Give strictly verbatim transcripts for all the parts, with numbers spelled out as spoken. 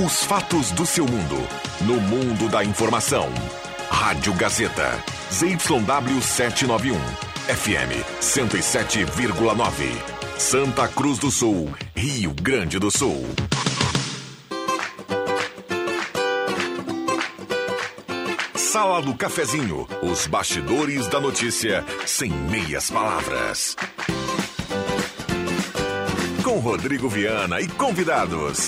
Os fatos do seu mundo, no mundo da informação. Rádio Gazeta, Z Y W setecentos e noventa e um, F M cento e sete vírgula nove. Santa Cruz do Sul, Rio Grande do Sul. Sala do Cafezinho, os bastidores da notícia sem meias palavras. Com Rodrigo Viana e convidados.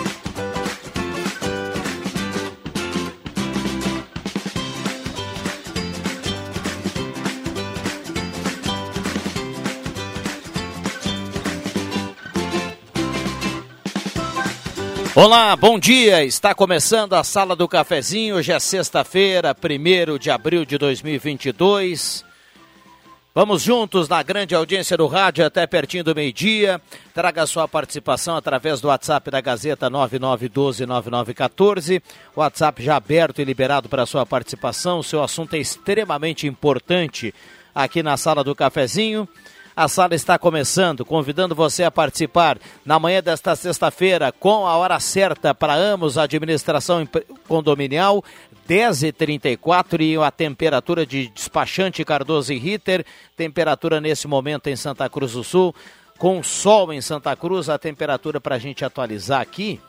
Olá, bom dia, está começando a Sala do Cafezinho, hoje é sexta-feira, primeiro de abril de dois mil e vinte e dois. Vamos juntos na grande audiência do rádio até pertinho do meio-dia. Traga a sua participação através do WhatsApp da Gazeta nove nove um dois nove nove um quatro. WhatsApp já aberto e liberado para a sua participação. O seu assunto é extremamente importante aqui na Sala do Cafezinho. A sala está começando, convidando você a participar na manhã desta sexta-feira com a hora certa para Amos Administração Condominial, dez e trinta e quatro, e a temperatura de despachante Cardoso e Ritter, temperatura nesse momento em Santa Cruz do Sul, com sol em Santa Cruz, a temperatura para a gente atualizar aqui.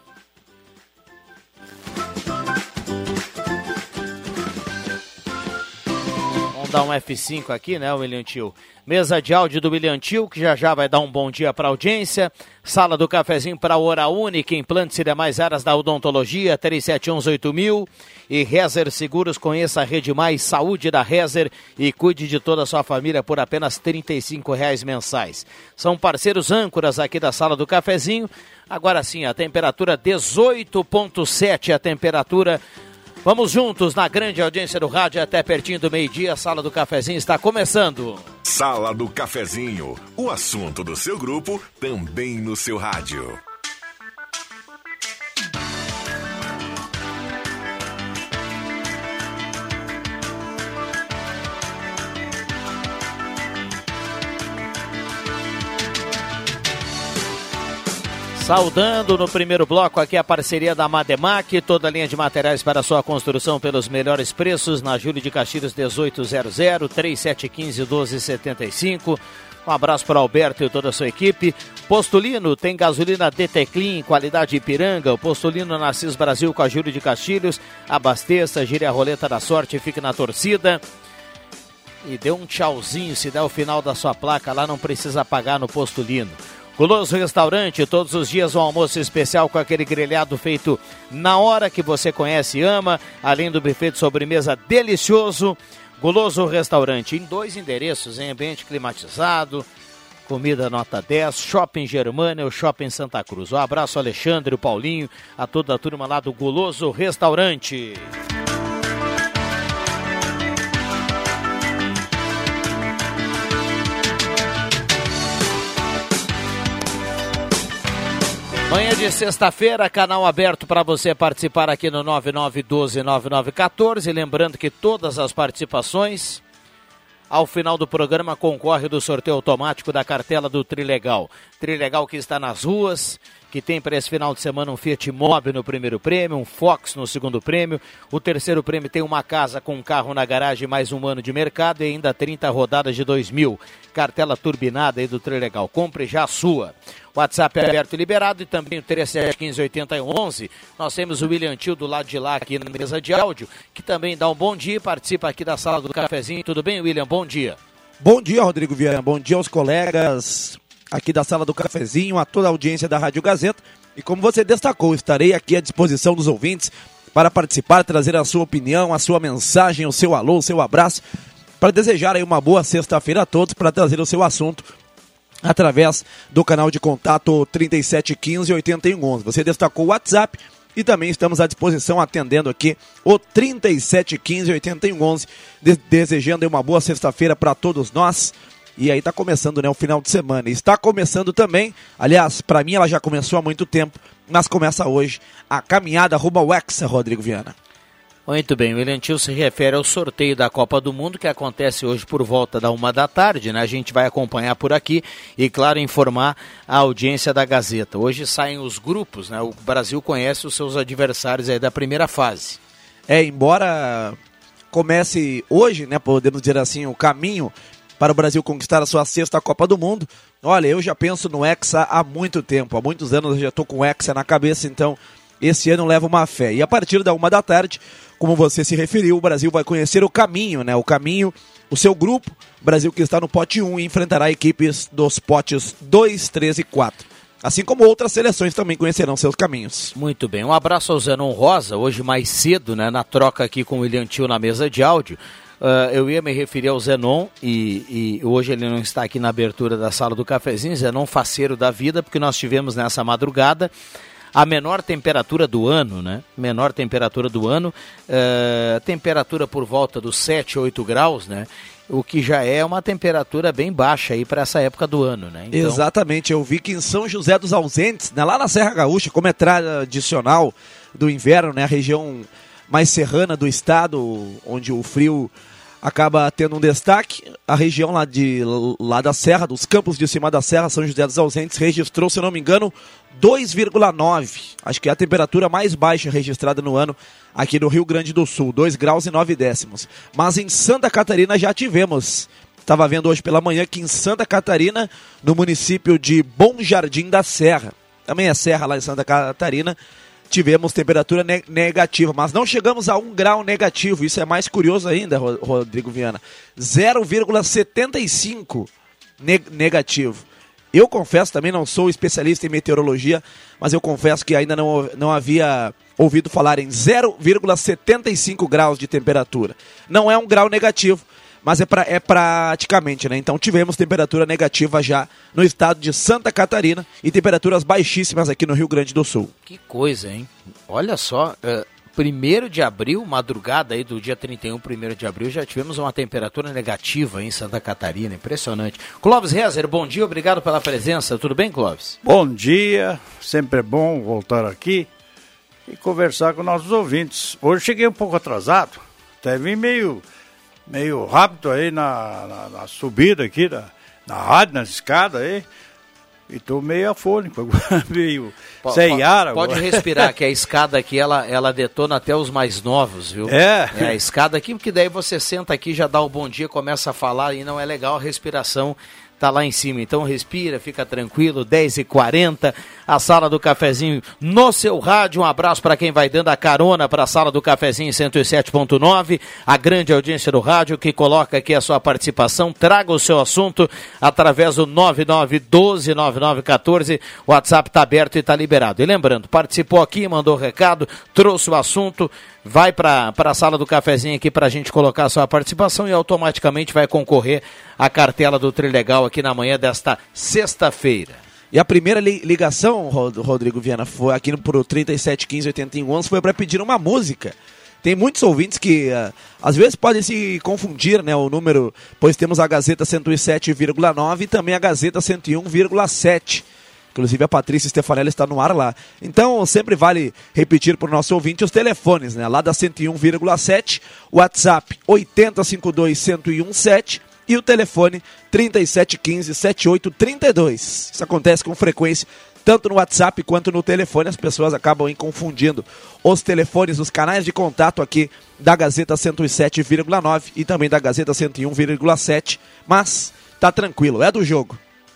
Vamos dar um F cinco aqui, né, William Tio? Mesa de áudio do William Tio, que já já vai dar um bom dia para a audiência. Sala do Cafezinho para a Hora Única, implantes e demais áreas da odontologia, três sete um oito mil. E Rezer Seguros, conheça a Rede Mais Saúde da Rezer e cuide de toda a sua família por apenas trinta e cinco reais mensais. São parceiros âncoras aqui da Sala do Cafezinho. Agora sim, a temperatura dezoito vírgula sete, a temperatura... Vamos juntos na grande audiência do rádio até pertinho do meio-dia. A Sala do Cafezinho está começando. Sala do Cafezinho, o assunto do seu grupo também no seu rádio. Saudando no primeiro bloco aqui a parceria da Mademac, toda a linha de materiais para sua construção pelos melhores preços, na Júlio de Castilhos dezoito zero zero, três sete um cinco, um dois sete cinco. Um abraço para o Alberto e toda a sua equipe. Postulino tem gasolina D T Clean, qualidade Ipiranga. O Postulino na Assis Brasil com a Júlio de Castilhos. Abasteça, gire a roleta da sorte e fique na torcida. E dê um tchauzinho, se der o final da sua placa lá, não precisa pagar no Postulino. Guloso Restaurante, todos os dias um almoço especial com aquele grelhado feito na hora que você conhece e ama, além do buffet de sobremesa delicioso. Guloso Restaurante, em dois endereços, em ambiente climatizado, comida nota dez, Shopping Germânia, o Shopping Santa Cruz. Um abraço ao Alexandre, o Paulinho, a toda a turma lá do Guloso Restaurante. Manhã de sexta-feira, canal aberto para você participar aqui no nove nove um dois nove nove um quatro. Lembrando que todas as participações, ao final do programa, concorre do sorteio automático da cartela do Trilegal. Trilegal que está nas ruas, que tem para esse final de semana um Fiat Mobi no primeiro prêmio, um Fox no segundo prêmio. O terceiro prêmio tem uma casa com um carro na garagem, mais um ano de mercado e ainda trinta rodadas de dois mil. Cartela turbinada aí do Trilegal. Compre já a sua. WhatsApp é aberto e liberado e também o três sete um cinco, oito zero um um. Nós temos o William Tio do lado de lá aqui na mesa de áudio, que também dá um bom dia e participa aqui da Sala do Cafezinho. Tudo bem, William? Bom dia. Bom dia, Rodrigo Viana. Bom dia aos colegas aqui da Sala do Cafezinho, a toda a audiência da Rádio Gazeta. E como você destacou, estarei aqui à disposição dos ouvintes para participar, trazer a sua opinião, a sua mensagem, o seu alô, o seu abraço, para desejar aí uma boa sexta-feira a todos, para trazer o seu assunto através do canal de contato trinta e sete quinze, oitenta e um onze. Você destacou o WhatsApp e também estamos à disposição atendendo aqui o trinta e sete quinze, oitenta e um onze, de- desejando uma boa sexta-feira para todos nós. E aí está começando, né, o final de semana. E está começando também, aliás, para mim ela já começou há muito tempo, mas começa hoje a caminhada rumo ao Hexa, Rodrigo Viana. Muito bem, o William Tio se refere ao sorteio da Copa do Mundo que acontece hoje por volta da uma da tarde, né? A gente vai acompanhar por aqui e, claro, informar a audiência da Gazeta. Hoje saem os grupos, né? O Brasil conhece os seus adversários aí da primeira fase. É, embora comece hoje, né, podemos dizer assim, o caminho para o Brasil conquistar a sua sexta Copa do Mundo, olha, eu já penso no Hexa há muito tempo, há muitos anos eu já estou com o Hexa na cabeça, então esse ano leva uma fé. E a partir da uma da tarde, como você se referiu, o Brasil vai conhecer o caminho, né? O caminho, o seu grupo, o Brasil que está no pote um e enfrentará equipes dos potes dois, três e quatro. Assim como outras seleções também conhecerão seus caminhos. Muito bem, um abraço ao Zenon Rosa, hoje mais cedo, né, na troca aqui com o William Tio na mesa de áudio. Uh, eu ia me referir ao Zenon e, e hoje ele não está aqui na abertura da sala do cafezinho, Zenon faceiro da vida, porque nós tivemos nessa madrugada a menor temperatura do ano, né? Menor temperatura do ano, uh, temperatura por volta dos sete, oito graus, né? O que já é uma temperatura bem baixa aí para essa época do ano, né? Então... Exatamente, eu vi que em São José dos Ausentes, né, lá na Serra Gaúcha, como é tradicional do inverno, né, a região mais serrana do estado, onde o frio acaba tendo um destaque, a região lá, de, lá da Serra, dos campos de cima da Serra, São José dos Ausentes, registrou, se não me engano, dois vírgula nove. Acho que é a temperatura mais baixa registrada no ano aqui no Rio Grande do Sul, dois graus e nove décimos. Mas em Santa Catarina já tivemos, estava vendo hoje pela manhã que em Santa Catarina, no município de Bom Jardim da Serra, também é serra lá em Santa Catarina, tivemos temperatura ne- negativa, mas não chegamos a um grau negativo, isso é mais curioso ainda, Rodrigo Viana, zero vírgula setenta e cinco ne- negativo. Eu confesso, também não sou especialista em meteorologia, mas eu confesso que ainda não, não havia ouvido falar em zero vírgula setenta e cinco graus de temperatura. Não é um grau negativo, mas é, pra, é praticamente, né? Então tivemos temperatura negativa já no estado de Santa Catarina e temperaturas baixíssimas aqui no Rio Grande do Sul. Que coisa, hein? Olha só, uh, primeiro de abril, madrugada aí do dia trinta e um, primeiro de abril, já tivemos uma temperatura negativa em Santa Catarina, impressionante. Clóvis Rezer, bom dia, obrigado pela presença, tudo bem, Clóvis? Bom dia, sempre é bom voltar aqui e conversar com nossos ouvintes. Hoje cheguei um pouco atrasado, até vim meio... meio rápido aí na, na, na subida aqui, da, na rádio, na escada aí, e tô meio afônico, meio P- sem ar. Pode agora. respirar, que a escada aqui, ela, ela detona até os mais novos, viu? É. É a escada aqui, porque daí você senta aqui, já dá o bom dia, começa a falar e não é legal, a respiração tá lá em cima, então respira, fica tranquilo, dez e quarenta, a sala do cafezinho no seu rádio, um abraço para quem vai dando a carona para a sala do cafezinho cento e sete ponto nove, a grande audiência do rádio que coloca aqui a sua participação, traga o seu assunto através do nove nove um dois nove nove um quatro, o WhatsApp está aberto e está liberado. E lembrando, participou aqui, mandou recado, trouxe o assunto, vai para a sala do cafezinho aqui para a gente colocar a sua participação e automaticamente vai concorrer à cartela do Trilegal aqui na manhã desta sexta-feira. E a primeira li- ligação, Rodrigo Viana, foi aqui pro trinta e sete quinze oitenta e um onze, foi para pedir uma música. Tem muitos ouvintes que uh, às vezes podem se confundir, né, o número, pois temos a Gazeta cento e sete vírgula nove e também a Gazeta cento e um vírgula sete. Inclusive a Patrícia Stefanelli está no ar lá. Então sempre vale repetir para o nosso ouvinte os telefones, né? Lá da cento e um vírgula sete, WhatsApp oito zero cinco dois um zero um sete e o telefone trinta e sete quinze setenta e oito trinta e dois. Isso acontece com frequência, tanto no WhatsApp quanto no telefone. As pessoas acabam aí confundindo os telefones, os canais de contato aqui da Gazeta cento e sete vírgula nove e também da Gazeta cento e um vírgula sete. Mas tá tranquilo, é do jogo.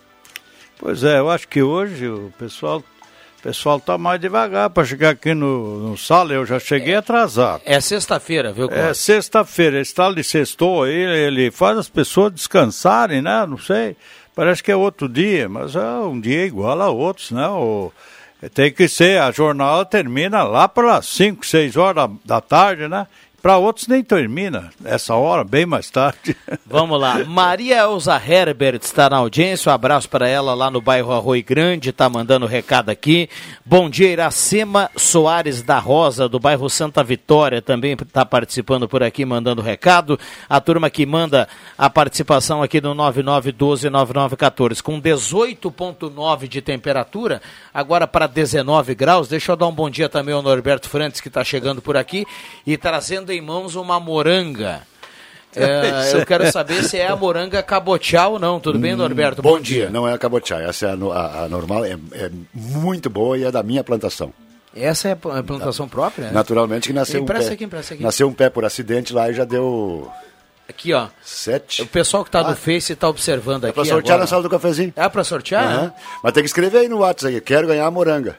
Pois é, eu acho que hoje o pessoal o pessoal tá mais devagar para chegar aqui no, no sala, eu já cheguei é, atrasado. É sexta-feira, viu, Cláudio? É sexta-feira, esse tal de sextou aí, ele faz as pessoas descansarem, né, não sei, parece que é outro dia, mas é um dia igual a outros, né, o, tem que ser, a jornada termina lá pelas cinco, seis horas da, da tarde, né, Para outros nem termina essa hora, bem mais tarde. Vamos lá. Maria Elza Herbert está na audiência. Um abraço para ela lá no bairro Arroio Grande. Está mandando recado aqui. Bom dia, Iracema Soares da Rosa, do bairro Santa Vitória, também está participando por aqui, mandando recado. A turma que manda a participação aqui no nove nove um dois nove nove um quatro. Com dezoito vírgula nove de temperatura, agora para dezenove graus. Deixa eu dar um bom dia também ao Norberto Frantes, que está chegando por aqui e trazendo em mãos uma moranga. É, eu quero saber se é a moranga cabotiá ou não. Tudo bem, Norberto? Bom, bom dia. dia. Não é a cabotiá, essa é a, a, a normal, é, é muito boa e é da minha plantação. Essa é a plantação própria? Naturalmente que nasceu um pé. Aqui, aqui. Nasceu um pé por acidente lá e já deu... Aqui, ó. Sete. O pessoal que está ah. no Face está observando é aqui. É para sortear agora. Na sala do cafezinho. É para sortear? Uhum. Mas tem que escrever aí no WhatsApp aí, quero ganhar a moranga.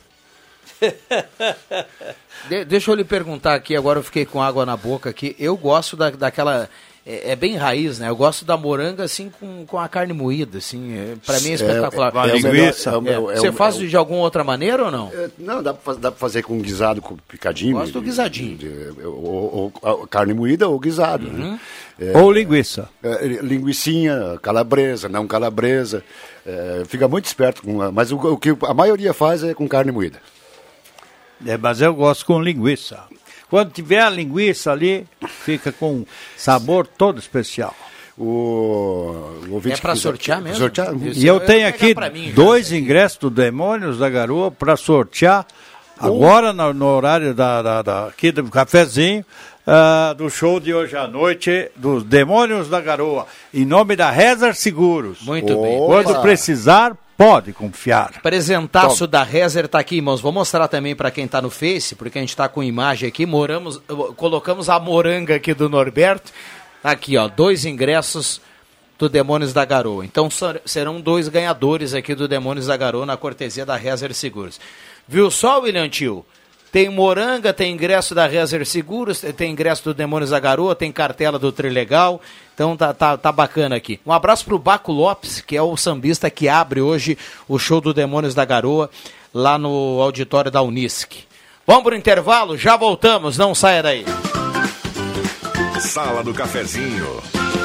De, deixa eu lhe perguntar aqui, agora eu fiquei com água na boca aqui. Eu gosto da, daquela... É, é bem raiz, né? Eu gosto da moranga assim com, com a carne moída, assim. É, para mim é espetacular. É, é, é linguiça. É, é, você faz de alguma outra maneira ou não? É, não, dá para fazer com guisado, com picadinho. Gosto do guisadinho. De, de, de, ou, ou, ou carne moída ou guisado. Uhum. Né? É, ou linguiça. É, linguicinha, calabresa, não calabresa. É, fica muito esperto. Com, mas o, o que a maioria faz é com carne moída. É, mas eu gosto com linguiça. Quando tiver a linguiça ali, fica com sabor todo especial. O, o é para sortear mesmo? Sortear. E eu, eu tenho aqui mim, dois já, ingressos do Demônios da Garoa para sortear oh. agora no, no horário da, da, da, aqui do cafezinho, uh, do show de hoje à noite, dos Demônios da Garoa, em nome da Rezer Seguros. Muito Opa. bem. Quando precisar, pode confiar. Presentaço Top. Da Rezer está aqui, irmãos. Vou mostrar também para quem está no Face, porque a gente está com imagem aqui. Moramos, colocamos a moranga aqui do Norberto. Aqui, ó, dois ingressos do Demônios da Garoa. Então serão dois ganhadores aqui do Demônios da Garoa na cortesia da Rezer Seguros. Viu só, William Tio? Tem moranga, tem ingresso da Rezer Seguros, tem ingresso do Demônios da Garoa, tem cartela do Trilegal. Então tá, tá, tá bacana aqui. Um abraço pro Baco Lopes, que é o sambista que abre hoje o show do Demônios da Garoa, lá no auditório da Unisc. Vamos pro intervalo, já voltamos, não saia daí. Sala do Cafezinho.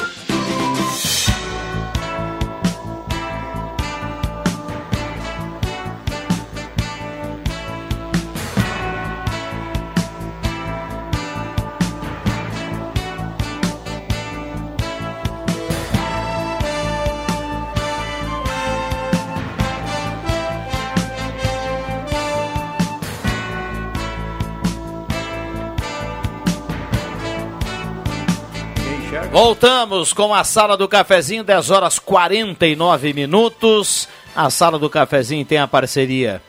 Voltamos com a Sala do Cafezinho, dez horas e quarenta e nove minutos. A Sala do Cafezinho tem a parceria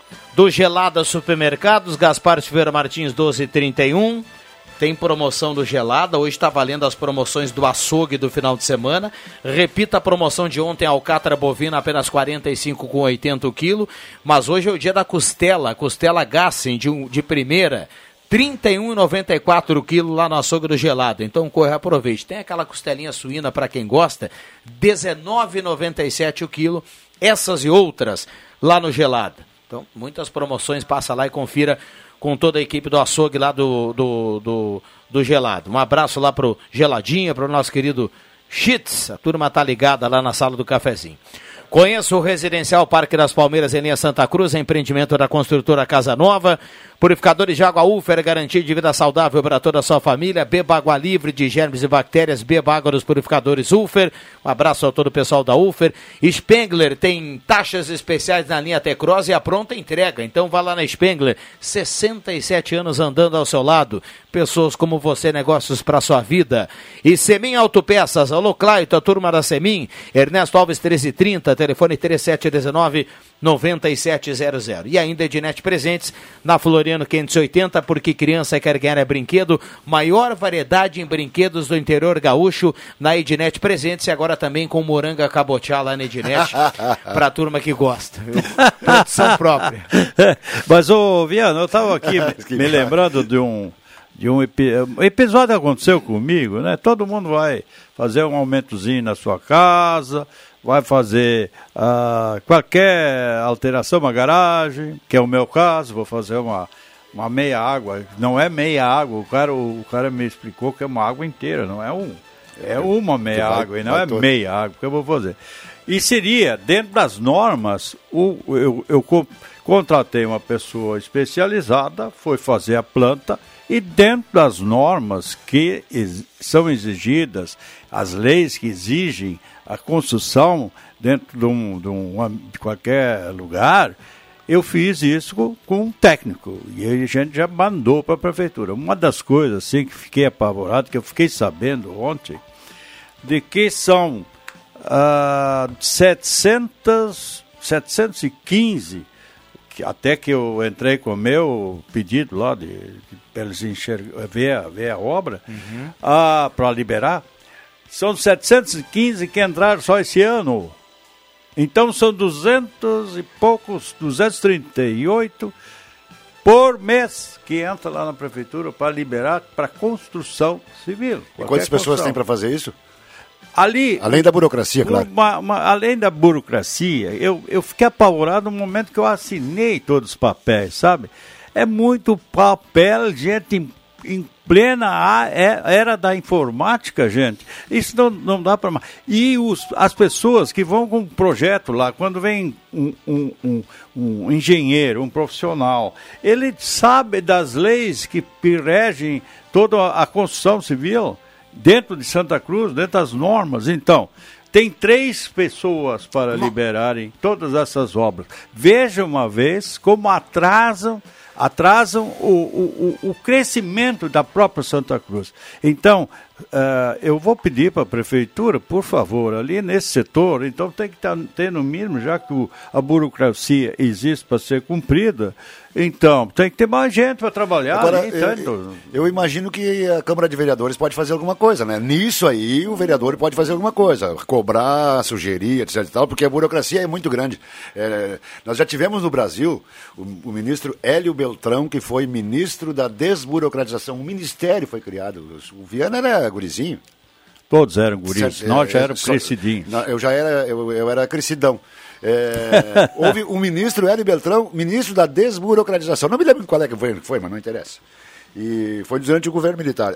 do Gelada Supermercados, Gaspar Silveira Martins doze trinta e um. Tem promoção do Gelada, hoje está valendo as promoções do açougue do final de semana. Repita a promoção de ontem, alcatra bovina apenas quarenta e cinco com oitenta o quilo. Mas hoje é o dia da costela, costela Gassen de, de primeira. trinta e um reais e noventa e quatro o quilo lá no açougue do Gelado. Então corre, aproveite. Tem aquela costelinha suína para quem gosta, dezenove reais e noventa e sete o quilo. Essas e outras lá no Gelado. Então muitas promoções, passa lá e confira com toda a equipe do açougue lá do, do, do, do Gelado. Um abraço lá pro Geladinha, pro nosso querido Chitz. A turma tá ligada lá na Sala do Cafezinho. Conheça o Residencial Parque das Palmeiras em linha Santa Cruz, empreendimento da construtora Casa Nova. Purificadores de água Ufer, garantia de vida saudável para toda a sua família. Beba água livre de germes e bactérias, beba água dos purificadores Ufer. Um abraço a todo o pessoal da Ufer. Spengler tem taxas especiais na linha T-Cross e a pronta entrega. Então vá lá na Spengler, sessenta e sete anos andando ao seu lado. Pessoas como você, negócios para sua vida. E Semin Autopeças, alô Claito, a turma da Semin. Ernesto Alves treze trinta, telefone três sete um nove, nove sete zero zero. E ainda Ednet Presentes, na Floriano quinhentos e oitenta, porque criança quer ganhar é brinquedo. Maior variedade em brinquedos do interior gaúcho na Ednet Presentes e agora também com moranga cabotiá lá na Ednet, para a turma que gosta. Produção própria. Mas, ô Viano, eu estava aqui me lembrando de um de um epi- episódio que aconteceu comigo, né? Todo mundo vai fazer um aumentozinho na sua casa, vai fazer uh, qualquer alteração na garagem, que é o meu caso, vou fazer uma, uma meia água. Não é meia água, o cara, o, o cara me explicou que é uma água inteira, não é um. É uma meia vai, água, e não é todo. meia água que eu vou fazer. E seria, dentro das normas, o, eu, eu co- contratei uma pessoa especializada, foi fazer a planta, e dentro das normas que ex- são exigidas, as leis que exigem a construção dentro de, um, de, um, de qualquer lugar, eu fiz isso com, com um técnico, e a gente já mandou para a prefeitura. Uma das coisas assim, que fiquei apavorado, que eu fiquei sabendo ontem, de que são uh, setecentos, setecentos e quinze, que até que eu entrei com o meu pedido lá, de, de, para eles enxergar, ver, ver a obra, uhum. uh, para liberar, são setecentos e quinze que entraram só esse ano. Então são duzentos e poucos, duzentos e trinta e oito por mês que entra lá na prefeitura para liberar para construção civil. E quantas pessoas tem para fazer isso? Ali, além da burocracia, claro. Uma, uma, além da burocracia, eu, eu fiquei apavorado no momento que eu assinei todos os papéis, sabe? É muito papel, gente em, em plena era da informática, gente. Isso não, não dá para mais. E os, as pessoas que vão com um projeto lá, quando vem um, um, um, um engenheiro, um profissional, ele sabe das leis que regem toda a construção civil dentro de Santa Cruz, dentro das normas. Então, tem três pessoas para liberarem todas essas obras. Veja uma vez como atrasam atrasam o, o, o crescimento da própria Santa Cruz. Então, uh, eu vou pedir para a prefeitura, por favor, ali nesse setor, então tem que ter no mínimo, já que o, a burocracia existe para ser cumprida, então tem que ter mais gente para trabalhar. Agora, ali, eu, eu, eu imagino que a Câmara de Vereadores pode fazer alguma coisa, né? Nisso aí, o vereador pode fazer alguma coisa, cobrar, sugerir, etc e tal, porque a burocracia é muito grande. É, nós já tivemos no Brasil o, o ministro Hélio Beltrão, que foi ministro da desburocratização. Um ministério foi criado. O Viana era gurizinho. Todos eram guris, nós já éramos crescidinhos. Eu já era, eu, eu era crescidão. É, houve um ministro, Hélio Beltrão, ministro da desburocratização. Não me lembro qual é que foi, foi, mas não interessa. E foi durante o governo militar.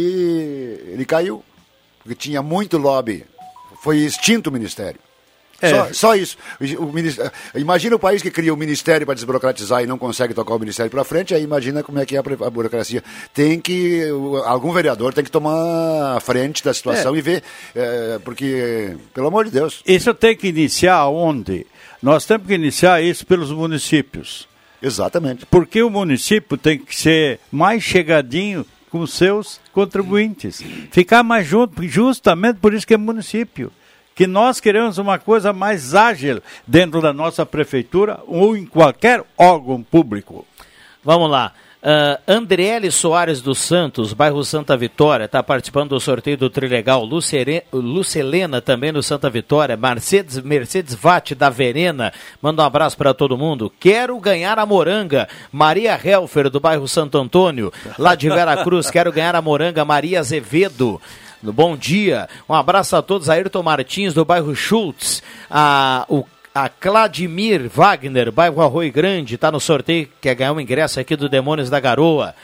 Aí ele caiu, porque tinha muito lobby. Foi extinto o ministério. É. Só, só isso. O, o ministério, imagina o país que cria o ministério para desburocratizar e não consegue tocar o ministério para frente, aí imagina como é que é a, a burocracia. Tem que, algum vereador tem que tomar a frente da situação é. e ver, é, porque, pelo amor de Deus. Isso tem que iniciar onde? Nós temos que iniciar isso pelos municípios. Exatamente. Porque o município tem que ser mais chegadinho com os seus contribuintes. Ficar mais junto, justamente por isso que é município. Que nós queremos uma coisa mais ágil dentro da nossa prefeitura ou em qualquer órgão público. Vamos lá. Uh, Andriele Soares dos Santos, bairro Santa Vitória, está participando do sorteio do Trilegal. Lucere... Lucelena também no Santa Vitória. Mercedes, Mercedes Vatti da Verena, manda um abraço para todo mundo. Quero ganhar a moranga. Maria Helfer do bairro Santo Antônio, lá de Veracruz. Quero ganhar a moranga. Maria Azevedo. Bom dia, um abraço a todos. Ayrton Martins do bairro Schultz, a, o, a Cladimir Wagner, bairro Arroio Grande, está no sorteio, quer ganhar um ingresso aqui do Demônios da Garoa.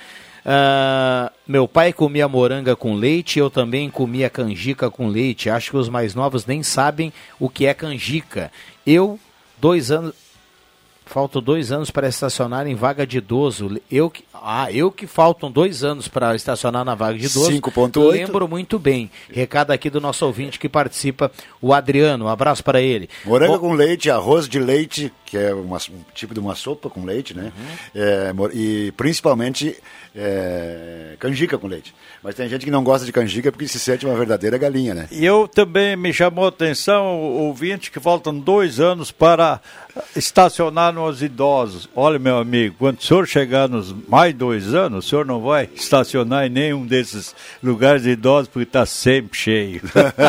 Uh, meu pai comia moranga com leite, eu também comia canjica com leite. Acho que os mais novos nem sabem o que é canjica. Eu, dois anos... Faltam dois anos para estacionar em vaga de idoso. Eu que, ah, eu que faltam dois anos para estacionar na vaga de idoso. cinco ponto oito. Lembro muito bem. Recado aqui do nosso ouvinte que participa, o Adriano. Um abraço para ele. Moranga Bom, com leite, arroz de leite, que é uma, um tipo de uma sopa com leite, né? Uhum. É, e principalmente é, canjica com leite. Mas tem gente que não gosta de canjica porque se sente uma verdadeira galinha, né? E eu também me chamou a atenção o ouvinte que faltam dois anos para estacionar nos idosos. Olha, meu amigo, quando o senhor chegar nos mais dois anos, o senhor não vai estacionar em nenhum desses lugares de idosos porque está sempre cheio.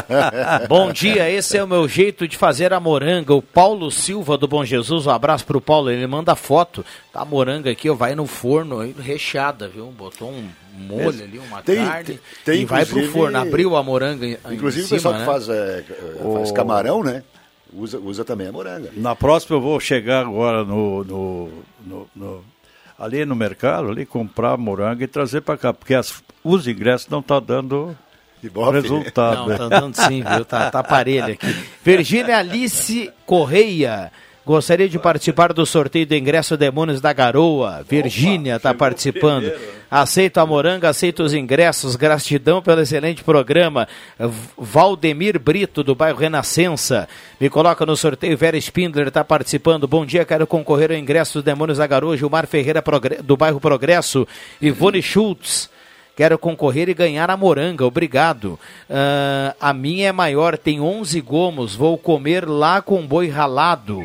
Bom dia, esse é o meu jeito de fazer a moranga. O Paulo Silva do Bom Jesus, um abraço pro Paulo, ele manda foto. Tá a moranga aqui, ó, vai no forno aí, recheada, viu? Botou um molho ali, uma tem, carne tem, tem, e vai pro forno. Abriu a moranga em, inclusive em cima, o pessoal né? que faz, é, faz camarão, né? Usa, usa também a moranga. Na próxima eu vou chegar agora no, no, no, no ali no mercado, ali comprar moranga e trazer para cá, porque as, os ingressos não estão tá dando resultado. Não, tá dando sim, viu? Tá, tá parelho aqui. Virgínia Alice Correia. Gostaria de participar do sorteio do ingresso Demônios da Garoa. Virgínia está participando. Primeiro. Aceito a moranga, aceito os ingressos. Gratidão pelo excelente programa. Valdemir Brito, do bairro Renascença. Me coloca no sorteio. Vera Spindler está participando. Bom dia, quero concorrer ao ingresso dos Demônios da Garoa. Gilmar Ferreira, do bairro Progresso. Ivone Schultz. Quero concorrer e ganhar a moranga, obrigado. Uh, a minha é maior, tem onze gomos. Vou comer lá com boi ralado.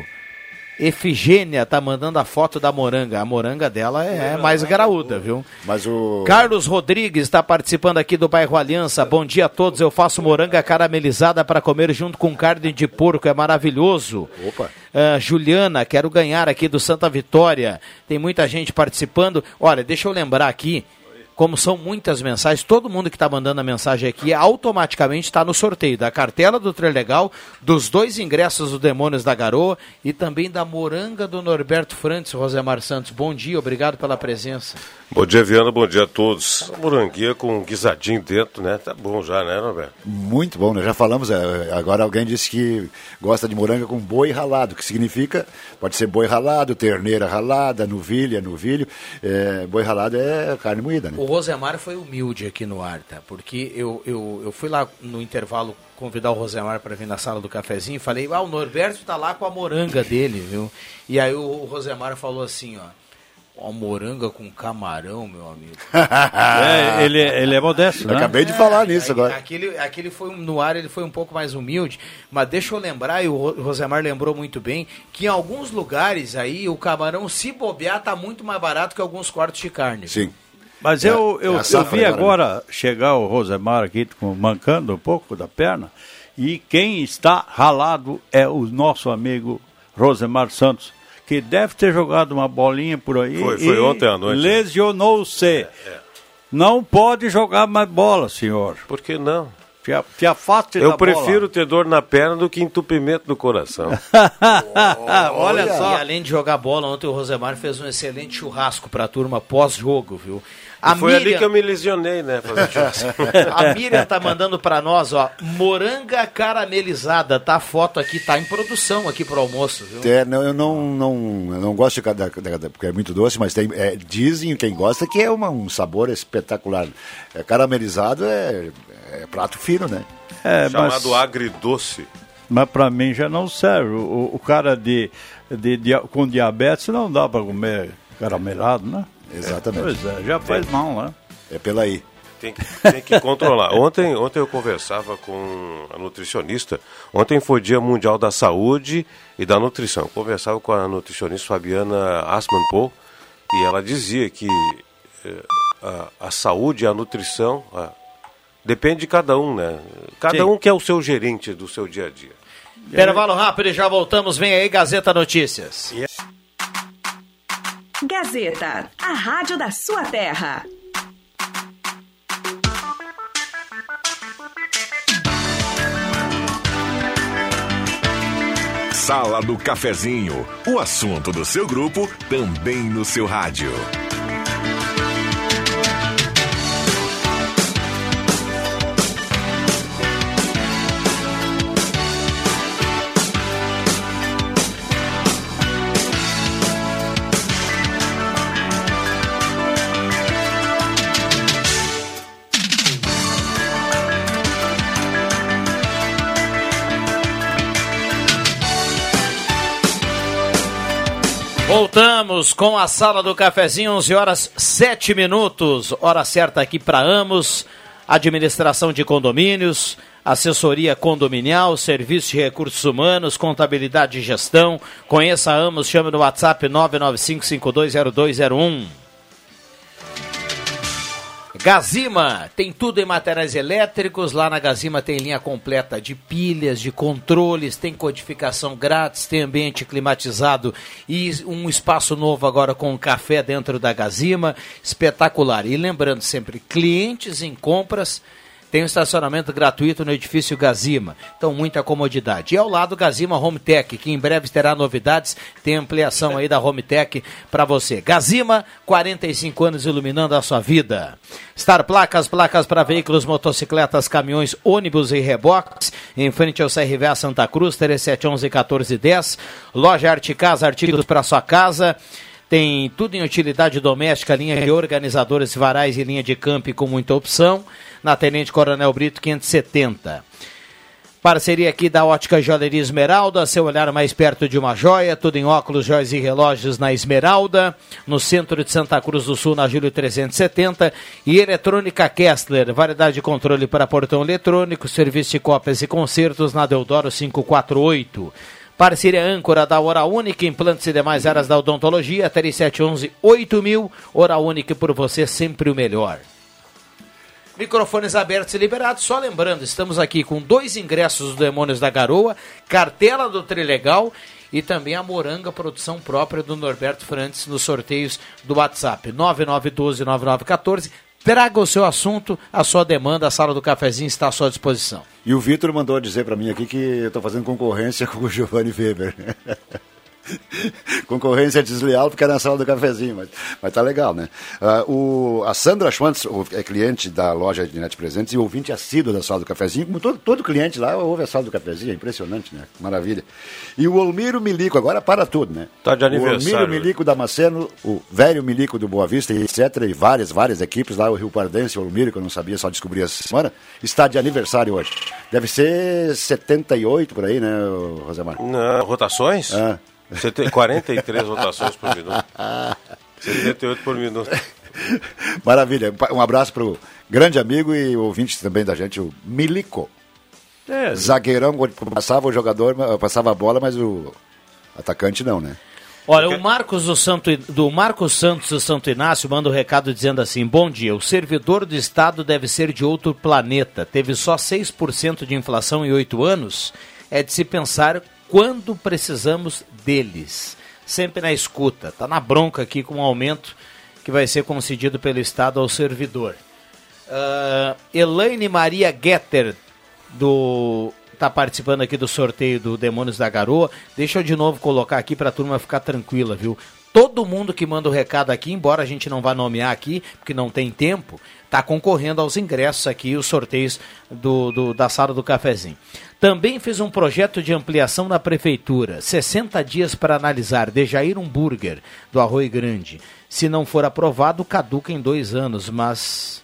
Efigênia tá mandando a foto da moranga. A moranga dela é mais graúda, viu? Mas o... Carlos Rodrigues está participando aqui do bairro Aliança. Bom dia a todos. Eu faço moranga caramelizada para comer junto com carne de porco. É maravilhoso. Opa. Uh, Juliana, quero ganhar aqui do Santa Vitória. Tem muita gente participando. Olha, deixa eu lembrar aqui. Como são muitas mensagens, todo mundo que está mandando a mensagem aqui automaticamente está no sorteio da cartela do Trilegal, dos dois ingressos do Demônios da Garoa e também da moranga do Norberto Frantes. Rosemar Santos, bom dia, obrigado pela presença. Bom dia, Viana, bom dia a todos. A moranguinha com um guisadinho dentro, né? Tá bom já, né, Norberto? Muito bom, né? Já falamos, agora alguém disse que gosta de moranga com boi ralado, que significa, pode ser boi ralado, terneira ralada, novilha, novilho, é, boi ralado é carne moída, né? O Rosemar foi humilde aqui no ar, tá? Porque eu, eu, eu fui lá no intervalo convidar o Rosemar para vir na sala do cafezinho e falei, ah, o Norberto tá lá com a moranga dele, viu? E aí o Rosemar falou assim, ó, uma moranga com camarão, meu amigo. é, ele, ele é modesto, né? Eu acabei de falar nisso agora. Aquele, aquele foi no ar, ele foi um pouco mais humilde, mas deixa eu lembrar, e o Rosemar lembrou muito bem, que em alguns lugares aí o camarão, se bobear, tá muito mais barato que alguns quartos de carne. Sim. Mas é, eu, eu, é eu vi agora, agora chegar o Rosemar aqui mancando um pouco da perna, e quem está ralado é o nosso amigo Rosemar Santos, que deve ter jogado uma bolinha por aí. Foi, foi ontem à noite. Lesionou-se. É, é. Não pode jogar mais bola, senhor. Por que não? Te, te afaste Eu da prefiro bola. ter dor na perna do que entupimento do coração. oh, olha só. E além de jogar bola, ontem o Rosemar fez um excelente churrasco para a turma pós-jogo, viu? A foi Miriam... ali que eu me lesionei, né? Fazer churrasco. A Miriam tá mandando para nós, ó, moranga caramelizada, tá? A foto aqui, tá em produção aqui pro almoço, viu? É, não, eu não, não, eu não gosto de cada, porque é muito doce, mas tem, é, dizem quem gosta que é uma, um sabor espetacular. É, caramelizado é, é prato fino, né? É, chamado mas... agridoce. Mas para mim já não serve. O, o cara de, de, de, com diabetes não dá para comer caramelado, né? Exatamente. Pois é, já faz mal, né? É pela aí. Tem que, tem que controlar. Ontem, ontem eu conversava com a nutricionista. Ontem foi Dia Mundial da Saúde e da Nutrição. Eu conversava com a nutricionista Fabiana Asman-Pohl e ela dizia que eh, a, a saúde e a nutrição a, depende de cada um, né? Cada Sim. um que é o seu gerente do seu dia a dia. Intervalo rápido e já voltamos. Vem aí, Gazeta Notícias. Yeah. Gazeta, a rádio da sua terra. Sala do Cafezinho, o assunto do seu grupo também no seu rádio. Voltamos com a Sala do Cafezinho, onze horas sete minutos, hora certa aqui para Amos, administração de condomínios, assessoria condominial, serviço de recursos humanos, contabilidade e gestão. Conheça a Amos, chame no WhatsApp nove nove cinco cinco dois zero dois zero um. Gazima, tem tudo em materiais elétricos. Lá na Gazima tem linha completa de pilhas, de controles, tem codificação grátis, tem ambiente climatizado e um espaço novo agora com café dentro da Gazima, espetacular. E lembrando sempre, clientes em compras Tem um estacionamento gratuito no edifício Gazima, então muita comodidade. E ao lado Gazima Home Tech, que em breve terá novidades, tem ampliação aí da Home Tech para você. Gazima, quarenta e cinco anos iluminando a sua vida. Star Placas, placas para veículos, motocicletas, caminhões, ônibus e reboques, em frente ao C R V A Santa Cruz, três sete um um, um quatro um zero. Loja Arte Casa, artigos para sua casa. Tem tudo em utilidade doméstica, linha de organizadores, varais e linha de camp com muita opção. Na Tenente Coronel Brito quinhentos e setenta. Parceria aqui da Ótica Joalheria Esmeralda, seu olhar mais perto de uma joia, tudo em óculos, joias e relógios na Esmeralda, no centro de Santa Cruz do Sul, na Júlio trezentos e setenta. E Eletrônica Kessler, variedade de controle para portão eletrônico, serviço de cópias e concertos na Deodoro quinhentos e quarenta e oito. Parceria âncora da Hora Única, implantes e demais áreas da odontologia, três sete um um, oito mil. Hora Única, por você, sempre o melhor. Microfones abertos e liberados, só lembrando, estamos aqui com dois ingressos do Demônios da Garoa, cartela do Trilegal e também a Moranga, produção própria do Norberto Frantes, nos sorteios do WhatsApp, nove nove um dois, nove nove um quatro. Traga o seu assunto, a sua demanda, a sala do cafezinho está à sua disposição. E o Vitor mandou dizer para mim aqui que eu estou fazendo concorrência com o Giovanni Weber. Concorrência desleal porque é na sala do cafezinho, mas, mas tá legal, né? Uh, o, a Sandra Schwantz é cliente da loja de Net Presentes e ouvinte assíduo da sala do cafezinho, como todo, todo cliente lá ouve a sala do cafezinho, é impressionante, né? Maravilha. E o Olmiro Milico, agora para tudo, né? Tá de aniversário. O Olmiro Milico da Maceno, o velho Milico do Boa Vista, etcétera. E várias, várias equipes lá, o Rio Pardense, o Olmiro, que eu não sabia, só descobri essa semana, está de aniversário hoje. Deve ser setenta e oito por aí, né, Rosemar? Não, rotações? Ah. Você tem quarenta e três rotações por minuto. setenta e oito por minuto. Maravilha. Um abraço para o grande amigo e ouvinte também da gente, o Milico. É, zagueirão, passava o jogador, passava a bola, mas o atacante não, né? Olha, o Marcos do, Santo, do Marcos Santos do Santo Inácio manda um recado dizendo assim: bom dia, o servidor do Estado deve ser de outro planeta. Teve só seis por cento de inflação em oito anos. É de se pensar quando precisamos deles. Sempre na escuta. Está na bronca aqui com o aumento que vai ser concedido pelo Estado ao servidor. Uh, Elaine Maria Getter, do... está participando aqui do sorteio do Demônios da Garoa. Deixa eu de novo colocar aqui para a turma ficar tranquila, viu? Todo mundo que manda o recado aqui, embora a gente não vá nomear aqui, porque não tem tempo, está concorrendo aos ingressos aqui, os sorteios do, do, da sala do cafezinho. Também fiz um projeto de ampliação na prefeitura, sessenta dias para analisar, de Jair Hambúrguer, do Arroio Grande. Se não for aprovado, caduca em dois anos, mas...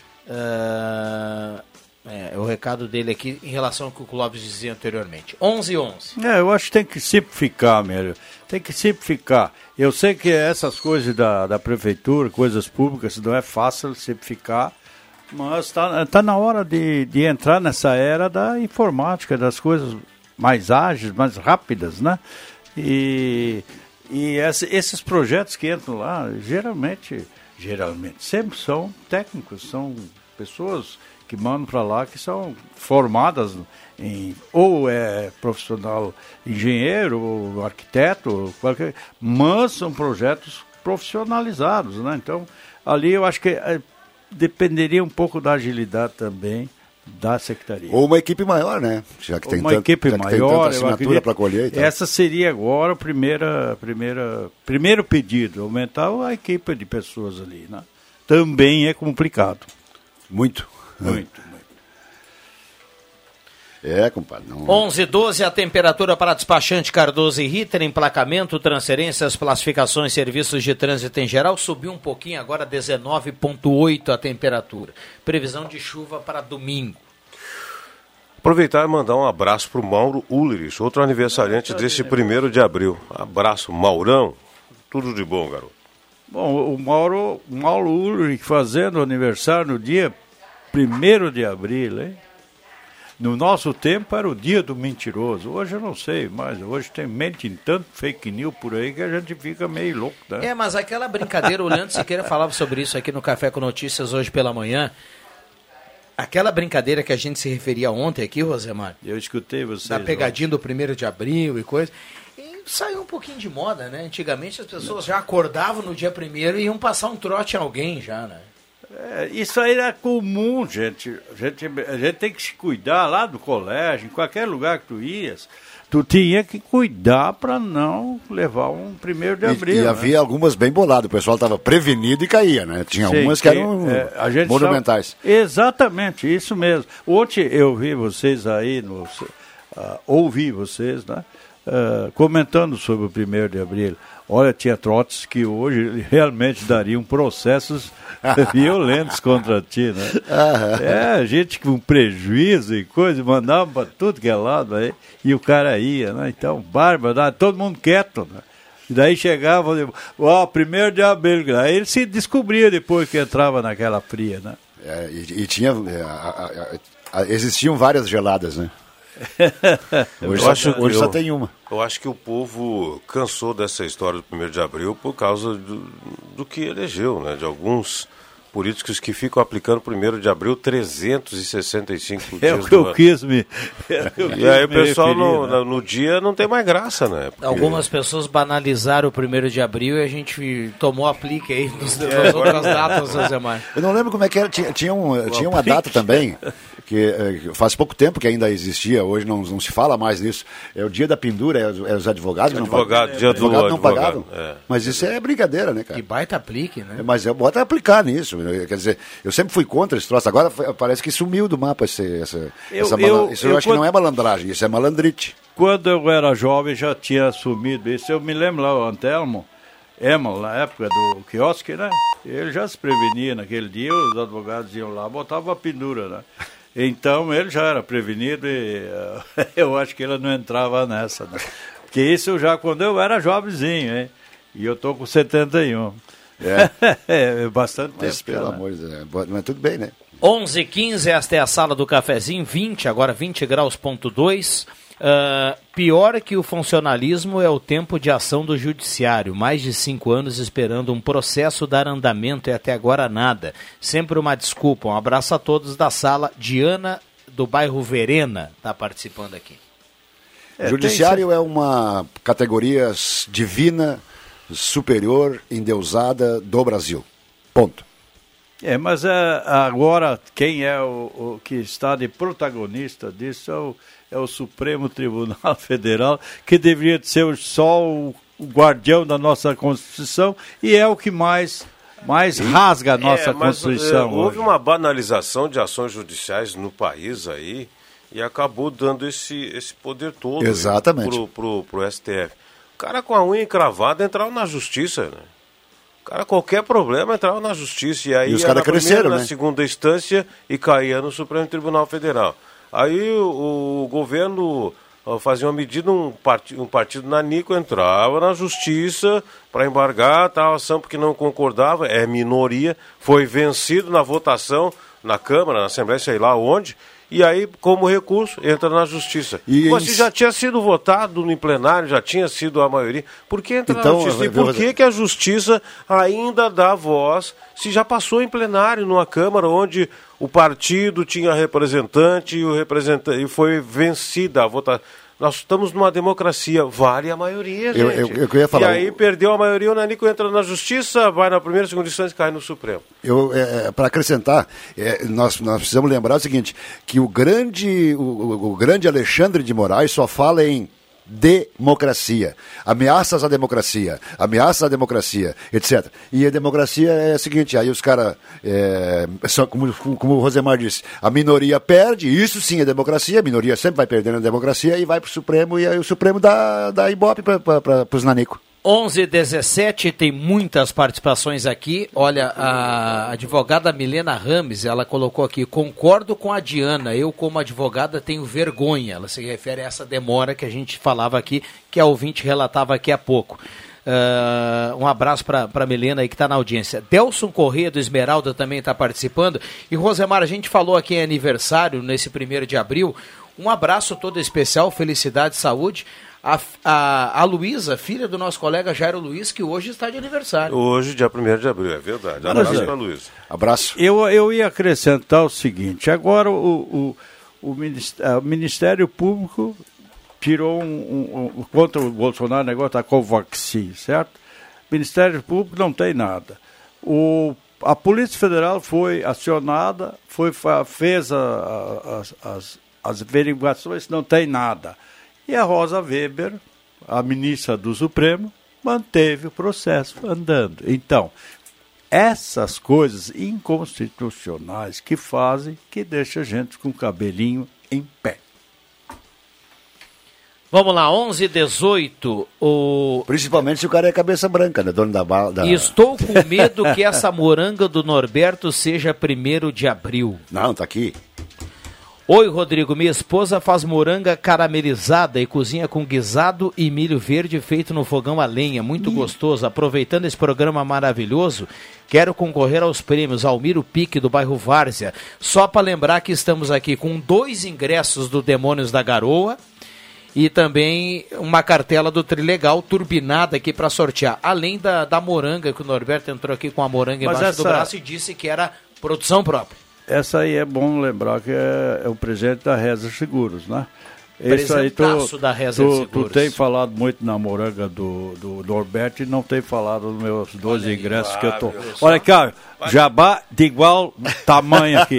Uh... É, o recado dele aqui em relação ao que o Clóvis dizia anteriormente. onze e onze. É, eu acho que tem que simplificar, meu. Tem que simplificar. Eu sei que essas coisas da, da prefeitura, coisas públicas, não é fácil simplificar, mas está tá na hora de, de entrar nessa era da informática, das coisas mais ágeis, mais rápidas, né? E, e essa, esses projetos que entram lá, geralmente, geralmente, sempre são técnicos, são pessoas que mandam para lá, que são formadas em, ou é profissional engenheiro, ou arquiteto, ou qualquer, mas são projetos profissionalizados, né? Então, ali eu acho que é, dependeria um pouco da agilidade também da secretaria. Ou uma equipe maior, né? Já que tem uma tanto, equipe já que maior, tem tanta assinatura para colher. Então. Essa seria agora o primeira, primeira, primeiro pedido, aumentar a equipe de pessoas ali, né? Também é complicado. Muito. Muito, muito. É, compadre. Não... onze e doze, a temperatura para despachante Cardoso e Ritter, emplacamento, transferências, classificações, serviços de trânsito em geral, subiu um pouquinho, agora dezenove vírgula oito a temperatura. Previsão de chuva para domingo. Aproveitar e mandar um abraço para o Mauro Ulrich, outro aniversariante deste primeiro de abril. Abraço, Maurão. Tudo de bom, garoto. Bom, o Mauro, Mauro Ulrich fazendo aniversário no dia primeiro de abril, hein? No nosso tempo era o dia do mentiroso. Hoje eu não sei, mas hoje tem mente em tanto fake news por aí que a gente fica meio louco, né? É, mas aquela brincadeira, o Leandro Siqueira falava sobre isso aqui no Café com Notícias hoje pela manhã. Aquela brincadeira que a gente se referia ontem aqui, Rosemar. Eu escutei vocês. Da pegadinha do primeiro de abril e coisa. E saiu um pouquinho de moda, né? Antigamente as pessoas já acordavam no dia primeiro e iam passar um trote em alguém já, né? É, isso aí era comum, gente. A, gente. a gente tem que se cuidar lá do colégio, em qualquer lugar que tu ias. Tu tinha que cuidar para não levar um primeiro de abril. E, e né? havia algumas bem boladas. O pessoal estava prevenido e caía, né? Tinha Sim, algumas que eram é, a gente monumentais. Sabe, exatamente, isso mesmo. Ontem eu vi vocês aí, no, uh, ouvi vocês, né? Uh, comentando sobre o primeiro de abril. Olha, tinha trotes que hoje realmente dariam processos violentos contra ti, né? É, gente com prejuízo e coisa, mandava para tudo que é lado aí, e o cara ia, né? Então, bárbaro, todo mundo quieto, né? E daí chegava, ó, oh, primeiro de abril, aí ele se descobria depois que entrava naquela fria, né? É, e, e tinha, é, a, a, a, existiam várias geladas, né? Hoje, eu acho, hoje eu, só tem uma. Eu acho que o povo cansou dessa história do primeiro de abril por causa do, do que elegeu, né? De alguns políticos que ficam aplicando primeiro de abril trezentos e sessenta e cinco dias. É o que eu quis me... É eu e quis aí o me pessoal referir, no, né? no dia não tem mais graça, né? Porque... Algumas pessoas banalizaram o primeiro de abril e a gente tomou aplique aí nos, nas outras datas, Rosemar. Eu não lembro como é que era. Tinha, tinha, um, tinha uma data também, que é, faz pouco tempo que ainda existia, hoje não, não se fala mais nisso. É o dia da pendura, é os, é os advogados não advogado, pagavam. dia Advogado do não advogado, pagavam. é. Mas isso é brincadeira, né, cara? Que baita aplique, né? Mas eu boto a aplicar nisso. Quer dizer, eu sempre fui contra esse troço. Agora parece que sumiu do mapa esse, essa, Eu- essa eu- malan- Isso eu, eu acho quando- que não é malandragem, isso é malandrite. Quando eu era jovem já tinha assumido isso. Eu me lembro lá, o Antelmo, Emel, na época do quiosque, né? Ele já se prevenia naquele dia, os advogados iam lá, botavam a pendura, né? Então ele já era prevenido e uh, eu acho que ele não entrava nessa, né? Porque isso já quando eu era jovenzinho, hein? E eu tô com setenta e um. É. É bastante Mas tempo. pelo né? amor de Deus, mas tudo bem, né? onze e quinze, esta é a sala do cafezinho, vinte, agora vinte graus ponto dois. Uh, pior que o funcionalismo é o tempo de ação do judiciário. Mais de cinco anos esperando um processo dar andamento e até agora nada. Sempre uma desculpa. Um abraço a todos da sala. Diana, do bairro Verena, está participando aqui. É, Judiciário é uma categoria divina, superior, endeusada do Brasil. Ponto. É, mas é, agora quem é o, o que está de protagonista disso é o, é o Supremo Tribunal Federal, que deveria ser só o, o guardião da nossa Constituição e é o que mais, mais rasga a nossa É, mas, Constituição. é, houve hoje. uma banalização de ações judiciais no país aí e acabou dando esse, esse poder todo Exatamente. pro, pro, pro S T F. O cara com a unha encravada entrava na justiça, né? O cara, qualquer problema, entrava na justiça. E aí E os ia caras na primeira, cresceram, na né? segunda instância e caía no Supremo Tribunal Federal. Aí o, o governo ó, fazia uma medida, um, part, um partido nanico entrava na justiça para embargar tal ação porque não concordava, é minoria, foi vencido na votação na Câmara, na Assembleia, sei lá onde, e aí, como recurso, entra na justiça. E Mas em- se já tinha sido votado no plenário, já tinha sido a maioria, por que entra Então, na justiça? E eu- eu- por que, que a justiça ainda dá voz, se já passou em plenário numa Câmara onde o partido tinha representante e, o representante, e foi vencida a votação? Nós estamos numa democracia, vale a maioria, gente. Eu- eu- eu queria falar- E aí perdeu a maioria, o Nanico entra na justiça, vai na primeira, segunda instância e cai no Supremo. Eu, é, para acrescentar, é, nós, nós precisamos lembrar o seguinte, que o grande, o, o- o grande Alexandre de Moraes só fala em democracia, ameaças à democracia, ameaças à democracia, etcétera. E a democracia é a seguinte, aí os caras, é, só como, como o Rosemar disse, a minoria perde, isso sim é democracia, a minoria sempre vai perdendo a democracia e vai para o Supremo, e aí o Supremo dá, dá ibope para os nanicos. onze e dezessete, tem muitas participações aqui. Olha, a advogada Milena Rames, ela colocou aqui: concordo com a Diana, eu como advogada tenho vergonha. Ela se refere a essa demora que a gente falava aqui, que a ouvinte relatava aqui há pouco. Uh, um abraço para a Milena aí que está na audiência. Delson Corrêa do Esmeralda também está participando. E Rosemar, a gente falou aqui em aniversário, nesse primeiro de abril. Um abraço todo especial, felicidade e saúde. A, a, a Luísa, filha do nosso colega Jairo Luiz, que hoje está de aniversário. Hoje, dia primeiro de abril, é verdade. Abraço para Luiz. Abraço. Eu, eu ia acrescentar o seguinte, agora o, o, o Ministério, o Ministério Público tirou um, um, um, contra o Bolsonaro, o negócio da Covaxin, certo? O Ministério Público não tem nada. O a Polícia Federal foi acionada, foi, fez a, a, as, as, as averiguações, não tem nada. E a Rosa Weber, a ministra do Supremo, manteve o processo andando. Então, essas coisas inconstitucionais que fazem, que deixam a gente com o cabelinho em pé. Vamos lá, onze e dezoito. O... Principalmente se o cara é cabeça branca, né? Dono da bala. Da... Estou com medo que essa moranga do Norberto seja primeiro de abril. Não, tá aqui. Oi, Rodrigo. Minha esposa faz moranga caramelizada e cozinha com guisado e milho verde feito no fogão a lenha. Muito Ih. gostoso. Aproveitando esse programa maravilhoso, quero concorrer aos prêmios Almiro Pique do bairro Várzea. Só para lembrar que estamos aqui com dois ingressos do Demônios da Garoa e também uma cartela do Trilegal turbinada aqui para sortear. Além da, da moranga, que o Norberto entrou aqui com a moranga Mas embaixo essa... do braço e disse que era produção própria. Essa aí é bom lembrar que é, é o presente da Reza Seguros, né? Esse aí tu, da Reza tu, Seguros. tu tem falado muito na moranga do, do Norberto e não tem falado nos meus dois Olha ingressos aí, que eu tô. Olha aqui, ó, jabá de igual tamanho aqui.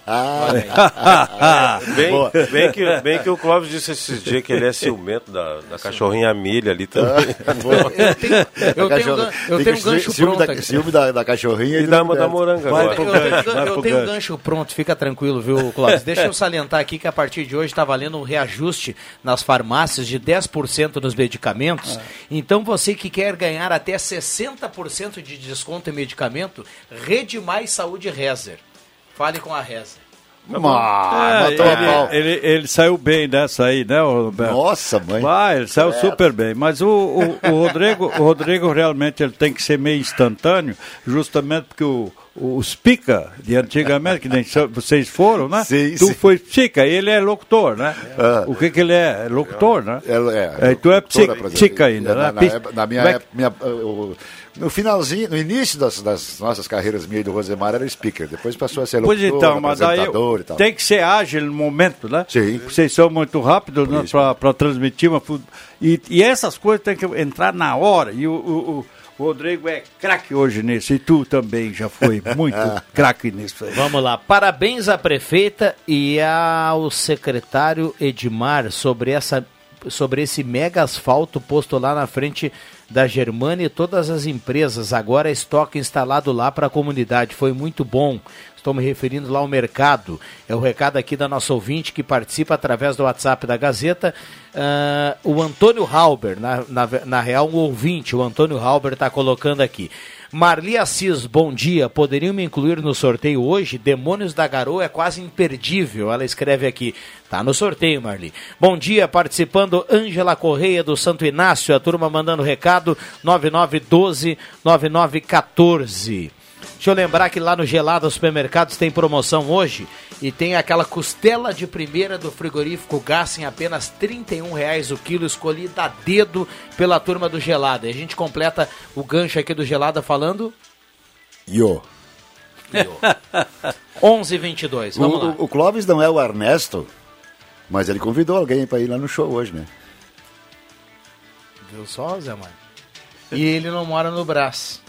bem, bem, que, bem que o Clóvis disse esses dias que ele é ciumento da, da cachorrinha Milha ali também. eu tenho, eu tenho, um, eu tenho um gancho ciúme pronto da, aqui. Ciúme da, da cachorrinha e, e da, da moranga. Vai agora. Eu tenho, eu tenho um gancho pronto, fica tranquilo, viu, Clóvis? Deixa eu salientar aqui que a partir de hoje está valendo um reajuste nas farmácias de dez por cento nos medicamentos. Ah. Então você que quer ganhar até sessenta por cento de desconto em medicamento, Rede Mais Saúde Rezer. Fale com a Rezer. Ah, é, ele, ele, ele saiu bem dessa aí, né, Roberto? Nossa, mãe. Ah, ele saiu é. super bem. Mas o, o, o, Rodrigo, o Rodrigo realmente ele tem que ser meio instantâneo, justamente porque o os pica de antigamente, que nem vocês foram, né? Sim, tu sim. foi psica, ele é locutor, né? Ah, o que que ele é? É locutor, né? É, é, é, tu é psica, psica ainda, na, né? Na, na minha época, minha, eu, no finalzinho, no início das, das nossas carreiras, minha e do Rosemar, era speaker, depois passou a ser locutor, pois então, mas daí e tal. Tem que ser ágil no momento, né? Sim. Vocês são muito rápidos, né, para transmitir uma... E, e essas coisas tem que entrar na hora, e o... o, o O Rodrigo é craque hoje nisso, e tu também já foi muito craque nisso aí. Vamos lá, parabéns à prefeita e ao secretário Edmar sobre, essa, sobre esse mega asfalto posto lá na frente da Germana e todas as empresas. Agora estoque instalado lá para a comunidade, foi muito bom. Estou me referindo lá ao mercado. É o recado aqui da nossa ouvinte que participa através do WhatsApp da Gazeta. Uh, o Antônio Halber, na, na, na real um ouvinte, o Antônio Halber está colocando aqui. Marli Assis, bom dia. Poderiam me incluir no sorteio hoje? Demônios da Garoa é quase imperdível. Ela escreve aqui. Tá no sorteio, Marli. Bom dia, participando Ângela Correia do Santo Inácio. A turma mandando recado nove nove um dois, nove nove um quatro. Deixa eu lembrar que lá no Gelada Supermercados tem promoção hoje e tem aquela costela de primeira do frigorífico Gás em apenas trinta e um reais o quilo, escolhida a dedo pela turma do Gelada. E a gente completa o gancho aqui do Gelada falando... Yo. onze e vinte e dois, vamos o, lá. O, o Clóvis não é o Ernesto, mas ele convidou alguém para ir lá no show hoje, né? Viu só, Zé Mário? E ele não mora no Brás.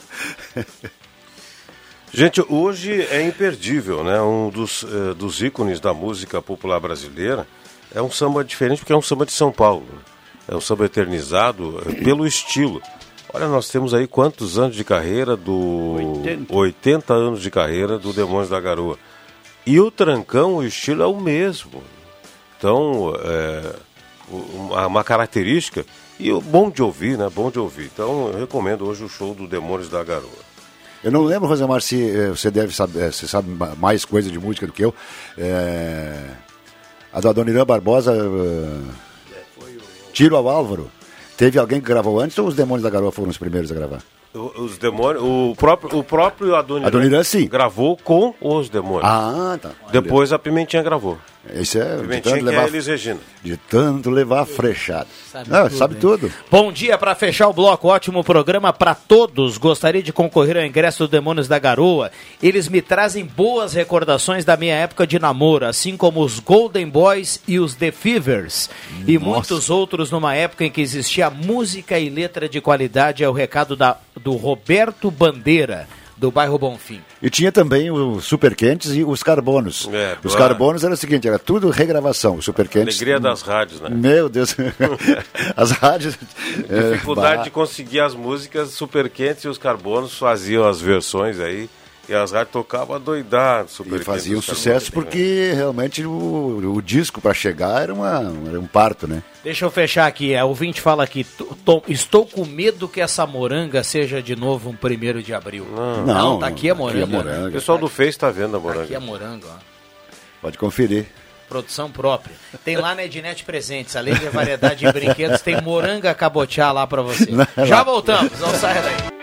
Gente, hoje é imperdível, né? Um dos, uh, dos ícones da música popular brasileira é um samba diferente porque é um samba de São Paulo. É um samba eternizado uh, pelo estilo. Olha, nós temos aí quantos anos de carreira do... oitenta. oitenta anos de carreira do Demônios da Garoa. E o trancão, o estilo é o mesmo. Então, é uma, uma característica e bom de ouvir, né? Bom de ouvir. Então, eu recomendo hoje o show do Demônios da Garoa. Eu não lembro, Rosemar, se você deve saber, você sabe mais coisa de música do que eu. É, a da Dona Irã Barbosa, uh, Tiro ao Álvaro. Teve alguém que gravou antes ou os Demônios da Garoa foram os primeiros a gravar? Os Demônios, o próprio, o próprio Adoniran, Adoniran, sim, gravou com os Demônios. Ah, tá. Depois a Pimentinha gravou. Isso é, Pimentinha que levar, é Elis Regina. De tanto levar frechado. Sabe, Não, tudo, sabe tudo. Bom dia, para fechar o bloco, ótimo programa para todos. Gostaria de concorrer ao ingresso do Demônios da Garoa. Eles me trazem boas recordações da minha época de namoro, assim como os Golden Boys e os The Fevers. Nossa. E muitos outros numa época em que existia música e letra de qualidade. É o recado da, do Roberto Bandeira. do bairro Bonfim. E tinha também os Super Quentes e os Carbonos. É, os boa. Carbonos era o seguinte, era tudo regravação. Os Super Quentes... Alegria das rádios, né? Meu Deus. As rádios... Dificuldade é, de conseguir as músicas Super Quentes e os Carbonos faziam as versões aí. E as rádios tocavam doidado. Super e faziam Quentes, sucesso Carbonos, porque né? realmente o, o disco para chegar era, uma, era um parto, né? Deixa eu fechar aqui. A ouvinte fala aqui, tô, estou com medo que essa moranga seja de novo um primeiro de abril. Não, não, não tá aqui a moranga. Aqui a moranga. O pessoal do Face tá vendo a moranga. Tá aqui a moranga, ó. Pode conferir. Produção própria. Tem lá na Ednet Presentes, além de variedade de brinquedos, tem moranga cabotiá lá pra você. Já voltamos, não saia daí.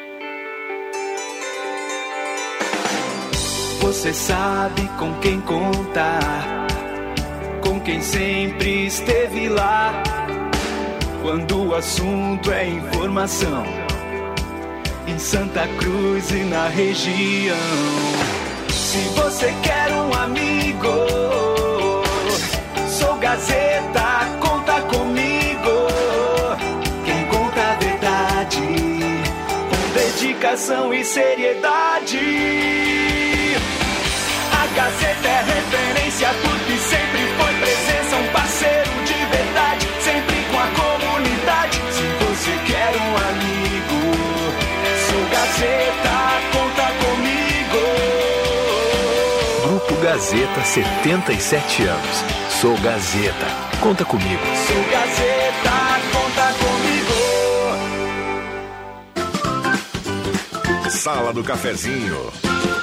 Você sabe com quem contar, com quem sempre esteve lá. Quando o assunto é informação, em Santa Cruz e na região. Se você quer um amigo, sou Gazeta, conta comigo. Quem conta a verdade, com dedicação e seriedade. A Gazeta é referência porque sempre foi presença, um parceiro de verdade, sempre com a comunidade. Se você quer um amigo, sou Gazeta, conta comigo. Grupo Gazeta, setenta e sete anos. Sou Gazeta, conta comigo. Sou Gazeta, conta comigo. Sala do Cafezinho.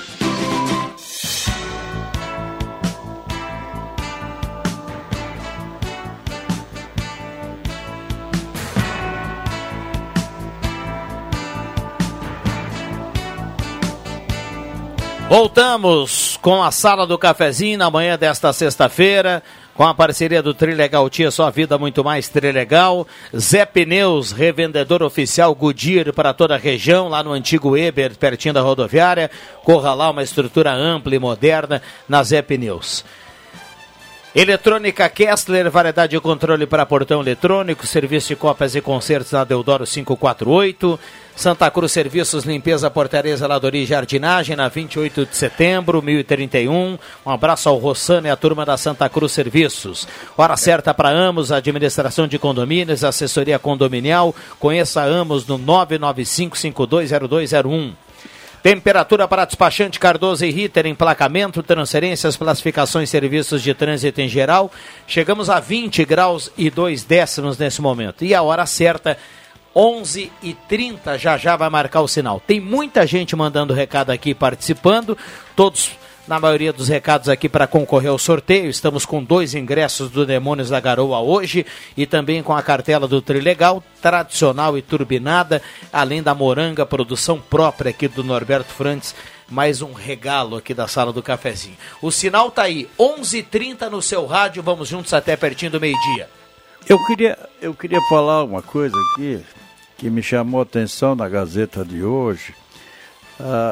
Voltamos com a Sala do Cafezinho na manhã desta sexta-feira, com a parceria do Trilegal Tia, sua vida muito mais Trilegal. Zé Pneus, revendedor oficial Goodyear para toda a região, lá no antigo Eber, pertinho da rodoviária. Corra lá, uma estrutura ampla e moderna na Zé Pneus. Eletrônica Kessler, variedade de controle para portão eletrônico, serviço de cópias e concertos na Deodoro quinhentos e quarenta e oito. Santa Cruz Serviços, limpeza, portaria, zeladoria e jardinagem, na vinte e oito de setembro, mil e trinta e um. Um abraço ao Rossano e à turma da Santa Cruz Serviços. Hora certa para Amos, administração de condomínios, assessoria condominial. Conheça Amos no nove nove cinco, cinco dois zero dois zero um. Temperatura para despachante Cardoso e Ritter, emplacamento, transferências, classificações, serviços de trânsito em geral. Chegamos a vinte graus e dois décimos nesse momento. E a hora certa, onze e trinta, já já vai marcar o sinal. Tem muita gente mandando recado aqui, participando, todos, na maioria dos recados aqui para concorrer ao sorteio. Estamos com dois ingressos do Demônios da Garoa hoje e também com a cartela do Trilegal, tradicional e turbinada, além da moranga, produção própria aqui do Norberto Frantes. Mais um regalo aqui da Sala do Cafezinho. O sinal tá aí, onze e trinta no seu rádio, vamos juntos até pertinho do meio-dia. Eu queria, eu queria falar uma coisa aqui que me chamou a atenção na Gazeta de hoje. Ah,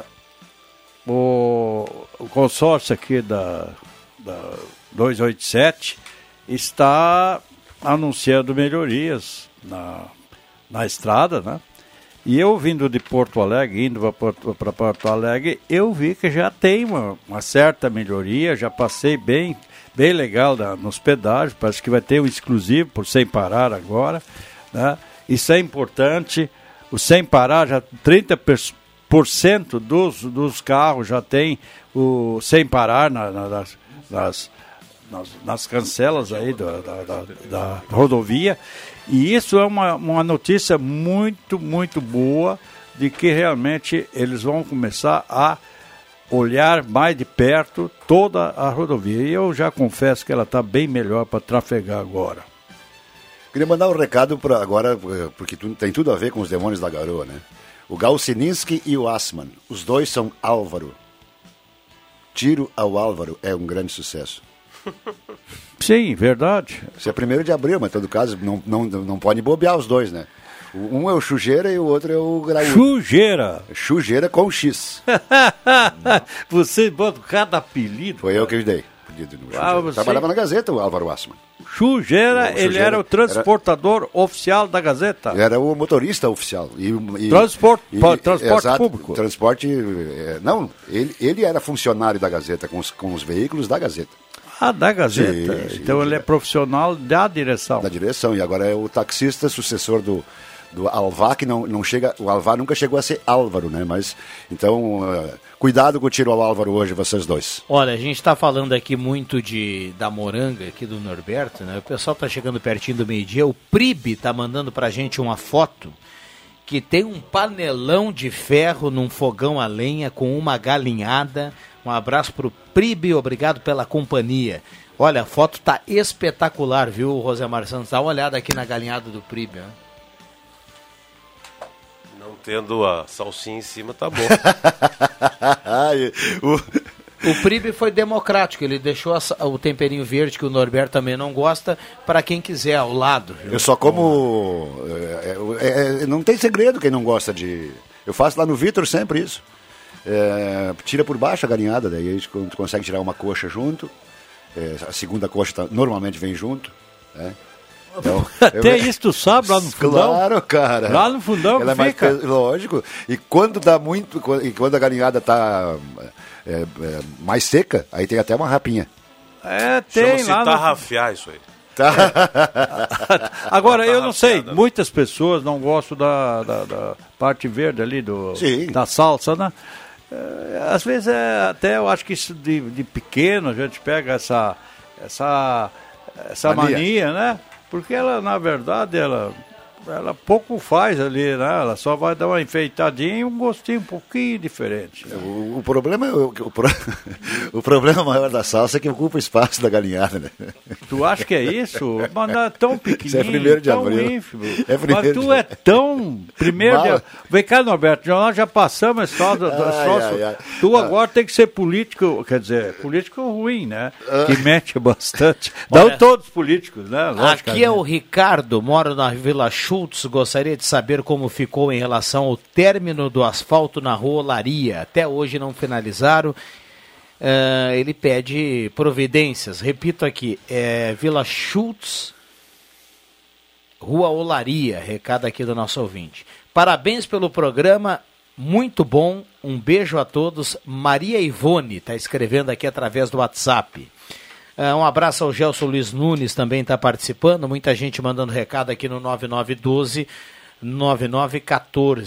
o, o consórcio aqui da, da duzentos e oitenta e sete está anunciando melhorias na, na estrada, né? E eu vindo de Porto Alegre, indo para Porto, para Porto Alegre, eu vi que já tem uma, uma certa melhoria, já passei bem, bem legal na, nos pedágios, parece que vai ter um exclusivo por Sem Parar agora, né? Isso é importante, o Sem Parar, já trinta por cento dos, dos carros já tem o Sem Parar na, na, nas, nas, nas, nas cancelas aí da, da, da, da rodovia. E isso é uma, uma notícia muito, muito boa de que realmente eles vão começar a olhar mais de perto toda a rodovia. E eu já confesso que ela está bem melhor para trafegar agora. Queria mandar um recado para agora, porque tu, tem tudo a ver com os Demônios da Garoa, né? O Galsininski e o Assmann, os dois são Álvaro. Tiro ao Álvaro é um grande sucesso. Sim, verdade. Isso é primeiro de abril, mas em todo caso não, não, não pode bobear os dois, né? Um é o Chujeira e o outro é o Graúdo. Chujeira! Chujeira com X. Você bota cada apelido. Foi eu que dei. Ah, você... Trabalhava na Gazeta o Álvaro Assmann. Chugera, ele Chugera era o transportador era... oficial da Gazeta. Era o motorista oficial. E, e, Transport, e, transporte exato, público. Transporte. Não, ele, ele era funcionário da Gazeta, com os, com os veículos da Gazeta. Ah, da Gazeta. Sim, sim, então sim. Ele é profissional da direção. Da direção, e agora é o taxista, sucessor do, do Alvá, que não, não chega. O Alvá nunca chegou a ser Álvaro, né? Mas, então, uh, cuidado com o tiro ao Álvaro hoje, vocês dois. Olha, a gente está falando aqui muito de, da moranga aqui do Norberto, né? O pessoal está chegando pertinho do meio-dia. O Pribe está mandando pra gente uma foto que tem um panelão de ferro num fogão a lenha com uma galinhada. Um abraço pro Pribe, obrigado pela companhia. Olha, a foto tá espetacular, viu, Rosemar Santos? Dá uma olhada aqui na galinhada do Pribe. Né? Não tendo a salsinha em cima, tá bom. o... o Pribe foi democrático, ele deixou a, o temperinho verde, que o Norberto também não gosta, para quem quiser, ao lado. Viu? Eu só como... É, é, não tem segredo quem não gosta de... Eu faço lá no Vitor sempre isso. É, tira por baixo a galinhada, daí a gente consegue tirar uma coxa junto, é, a segunda coxa tá, normalmente vem junto, né? Então, até eu, isso tu sabe lá no fundão? Claro, cara. Lá no fundão ela fica. É mais, lógico. E quando dá muito, e quando a galinhada tá é, é, mais seca, aí tem até uma rapinha. É, tem Chama-se lá no... tarrafiar isso aí. Tá. Agora, eu não sei, muitas pessoas não gostam da, da, da parte verde ali, do, Sim. da salsa, né? Às vezes é até, eu acho que isso de, de pequeno a gente pega essa, essa, essa mania. mania, né? Porque ela, na verdade, ela, ela pouco faz ali, né? Ela só vai dar uma enfeitadinha e um gostinho um pouquinho diferente. Né? O, o, problema, o, o, o problema maior da salsa é que ocupa o espaço da galinhada, né? Tu acha que é isso? Mas não é tão pequenininho, isso é primeiro de tão abril. ínfimo. É Mas tu de... é tão... Primeiro de... Vem cá, Norberto, nós já passamos a história do ai, Tu ah. agora tem que ser político, quer dizer, político ruim, né? Ah. Que mete bastante. Não Olha, todos políticos, né? Lógico, aqui é o Ricardo, mora na Vila Schultz, gostaria de saber como ficou em relação ao término do asfalto na Rua Olaria. Até hoje não finalizaram. Uh, ele pede providências. Repito aqui, é Vila Schultz, Rua Olaria, recado aqui do nosso ouvinte. Parabéns pelo programa, muito bom, um beijo a todos. Maria Ivone está escrevendo aqui através do WhatsApp. Uh, um abraço ao Gelson Luiz Nunes, também está participando, muita gente mandando recado aqui no nove nove um dois, nove nove um quatro.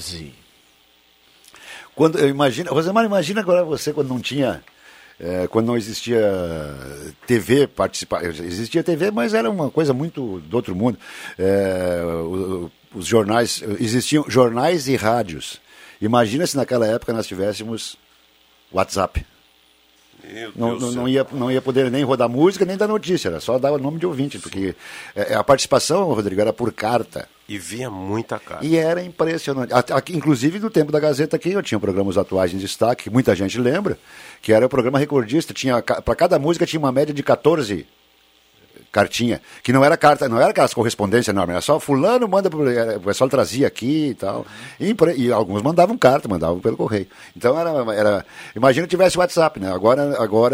Quando, eu imagino, Rosemar, imagina agora você quando não tinha... É, quando não existia T V, participar, existia T V, mas era uma coisa muito do outro mundo. É, o, os jornais, existiam jornais e rádios. Imagina se naquela época nós tivéssemos WhatsApp. Não, não, não, ia, não ia poder nem rodar música, nem dar notícia, era só dar o nome de ouvinte, porque é, a participação, Rodrigo, era por carta. E vinha muita carta. E era impressionante. Aqui, inclusive, no tempo da Gazeta aqui, eu tinha programas atuais em destaque, que muita gente lembra, que era o programa recordista. Tinha, para cada música tinha uma média de quatorze cartinha, que não era carta, não era aquelas correspondências enormes, era só fulano manda, o pessoal trazia aqui e tal, e, e alguns mandavam carta, mandavam pelo correio. Então era, era imagina que tivesse WhatsApp, né? Agora, agora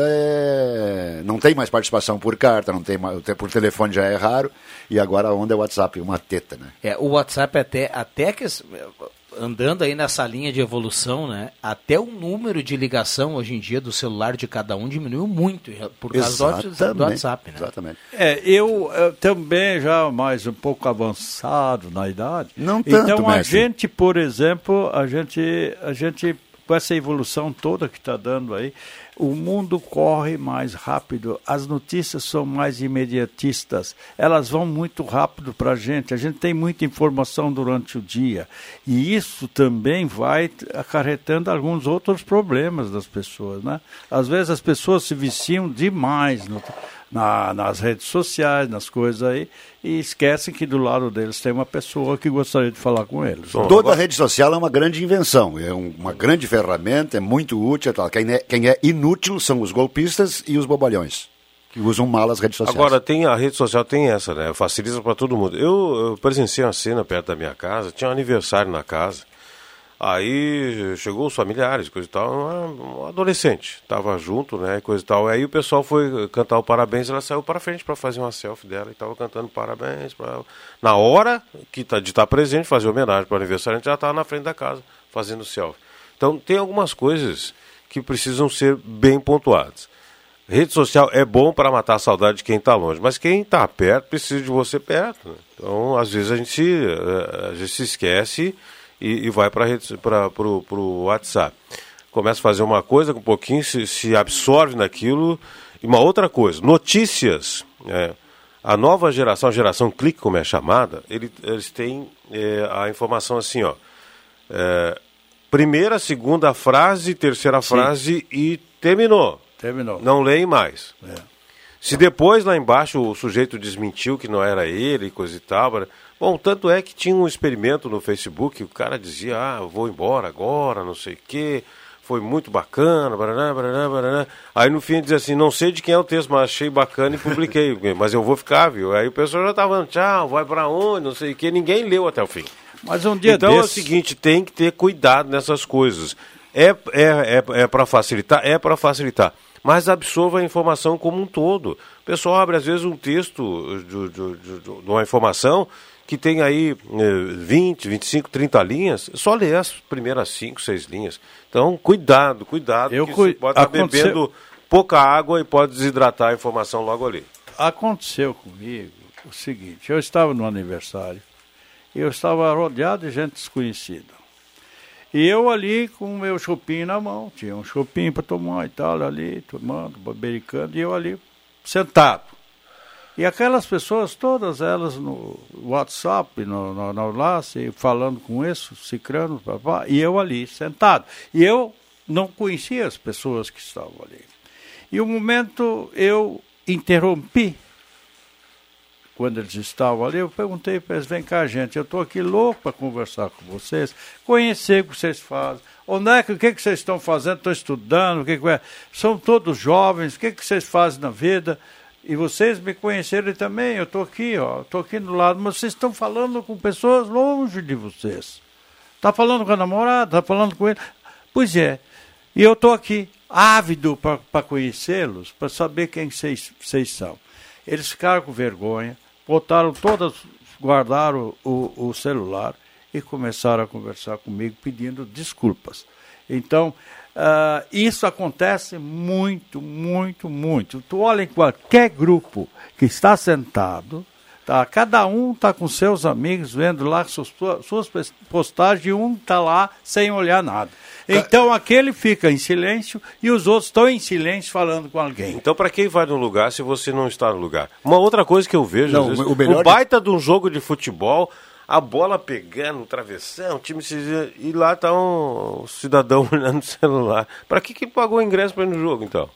é, não tem mais participação por carta, não tem mais, por telefone já é raro, e agora a onda é o WhatsApp, uma teta, né? É, o WhatsApp até, até que... andando aí nessa linha de evolução, né? Até o número de ligação hoje em dia do celular de cada um diminuiu muito por causa do, do WhatsApp, né? Exatamente. É, eu, eu também já mais um pouco avançado na idade. Não tanto, então a mestre. gente, por exemplo, a gente, a gente com essa evolução toda que está dando aí, o mundo corre mais rápido, as notícias são mais imediatistas, elas vão muito rápido para a gente, a gente tem muita informação durante o dia, e isso também vai acarretando alguns outros problemas das pessoas, né? Às vezes as pessoas se viciam demais no, na, nas redes sociais, nas coisas aí, e esquecem que do lado deles tem uma pessoa que gostaria de falar com eles. Bom, toda agora... rede social é uma grande invenção, é um, uma grande ferramenta, é muito útil. Tal. Quem, é, quem é inútil são os golpistas e os bobalhões, que usam mal as redes sociais. Agora, tem, a rede social tem essa, né? Facilita para todo mundo. Eu, eu presenciei uma cena perto da minha casa, tinha um aniversário na casa. Aí chegou os familiares, coisa e tal, um, um adolescente, estava junto, né, coisa e tal. Aí o pessoal foi cantar o parabéns, ela saiu para frente para fazer uma selfie dela e estava cantando parabéns. Pra... Na hora que tá, de estar presente, fazer homenagem para o aniversário, a gente já estava na frente da casa fazendo selfie. Então tem algumas coisas que precisam ser bem pontuadas. Rede social é bom para matar a saudade de quem está longe, mas quem está perto precisa de você perto, né? Então, às vezes a gente se, a gente se esquece e, e vai para o WhatsApp. Começa a fazer uma coisa, um pouquinho se, se absorve naquilo. E uma outra coisa, notícias. É, a nova geração, a geração clique, como é chamada, ele, eles têm é, a informação assim, ó. É, primeira, segunda frase, terceira Sim. frase e terminou. Terminou. Não leem mais. É. Se depois lá embaixo o sujeito desmentiu que não era ele, coisa e tal. Bom, tanto é que tinha um experimento no Facebook, o cara dizia, ah, eu vou embora agora, não sei o quê, foi muito bacana, baraná, baraná, baraná. Aí no fim dizia assim, não sei de quem é o texto, mas achei bacana e publiquei, mas eu vou ficar, viu? Aí o pessoal já estava falando, tchau, vai pra onde, não sei o quê, ninguém leu até o fim. Mas um dia Então desse... é o seguinte, tem que ter cuidado nessas coisas. É, é, é, é para facilitar? É para facilitar. Mas absorva a informação como um todo. O pessoal abre, às vezes, um texto de, de, de, de uma informação que tem aí vinte, vinte e cinco, trinta linhas, só lê as primeiras cinco, seis linhas. Então, cuidado, cuidado, Eu que cu... você pode estar Aconteceu... bebendo pouca água e pode desidratar a informação logo ali. Aconteceu comigo o seguinte, eu estava no aniversário, e eu estava rodeado de gente desconhecida. E eu ali com o meu chopinho na mão, tinha um chopinho para tomar e tal, ali, tomando, bebericando, e eu ali sentado. E aquelas pessoas, todas elas no WhatsApp, no, no, no lá, se, falando com isso, cicrano, papá, e eu ali sentado. E eu não conhecia as pessoas que estavam ali. E um momento eu interrompi, quando eles estavam ali, eu perguntei para eles, vem cá, gente, eu estou aqui louco para conversar com vocês, conhecer o que vocês fazem, onde é que, o que, que vocês estão fazendo, estão estudando, o que, que é? São todos jovens, o que, que vocês fazem na vida? E vocês me conheceram também, eu estou aqui, ó, estou aqui do lado, mas vocês estão falando com pessoas longe de vocês. Está falando com a namorada, está falando com ele. Pois é, e eu estou aqui, ávido para conhecê-los, para saber quem vocês, vocês são. Eles ficaram com vergonha, botaram todas, guardaram o, o celular e começaram a conversar comigo pedindo desculpas. Então, uh, isso acontece muito, muito, muito. Tu olha em qualquer grupo que está sentado, tá? Cada um está com seus amigos, vendo lá suas, suas postagens, e um está lá sem olhar nada. Então aquele fica em silêncio e os outros estão em silêncio falando com alguém. Então para quem vai no lugar se você não está no lugar? Uma outra coisa que eu vejo, não, às vezes, o, melhor o baita de... de um jogo de futebol, a bola pegando no travessão, o time se... e lá está um cidadão olhando no celular. Para que que pagou o ingresso para ir no jogo então?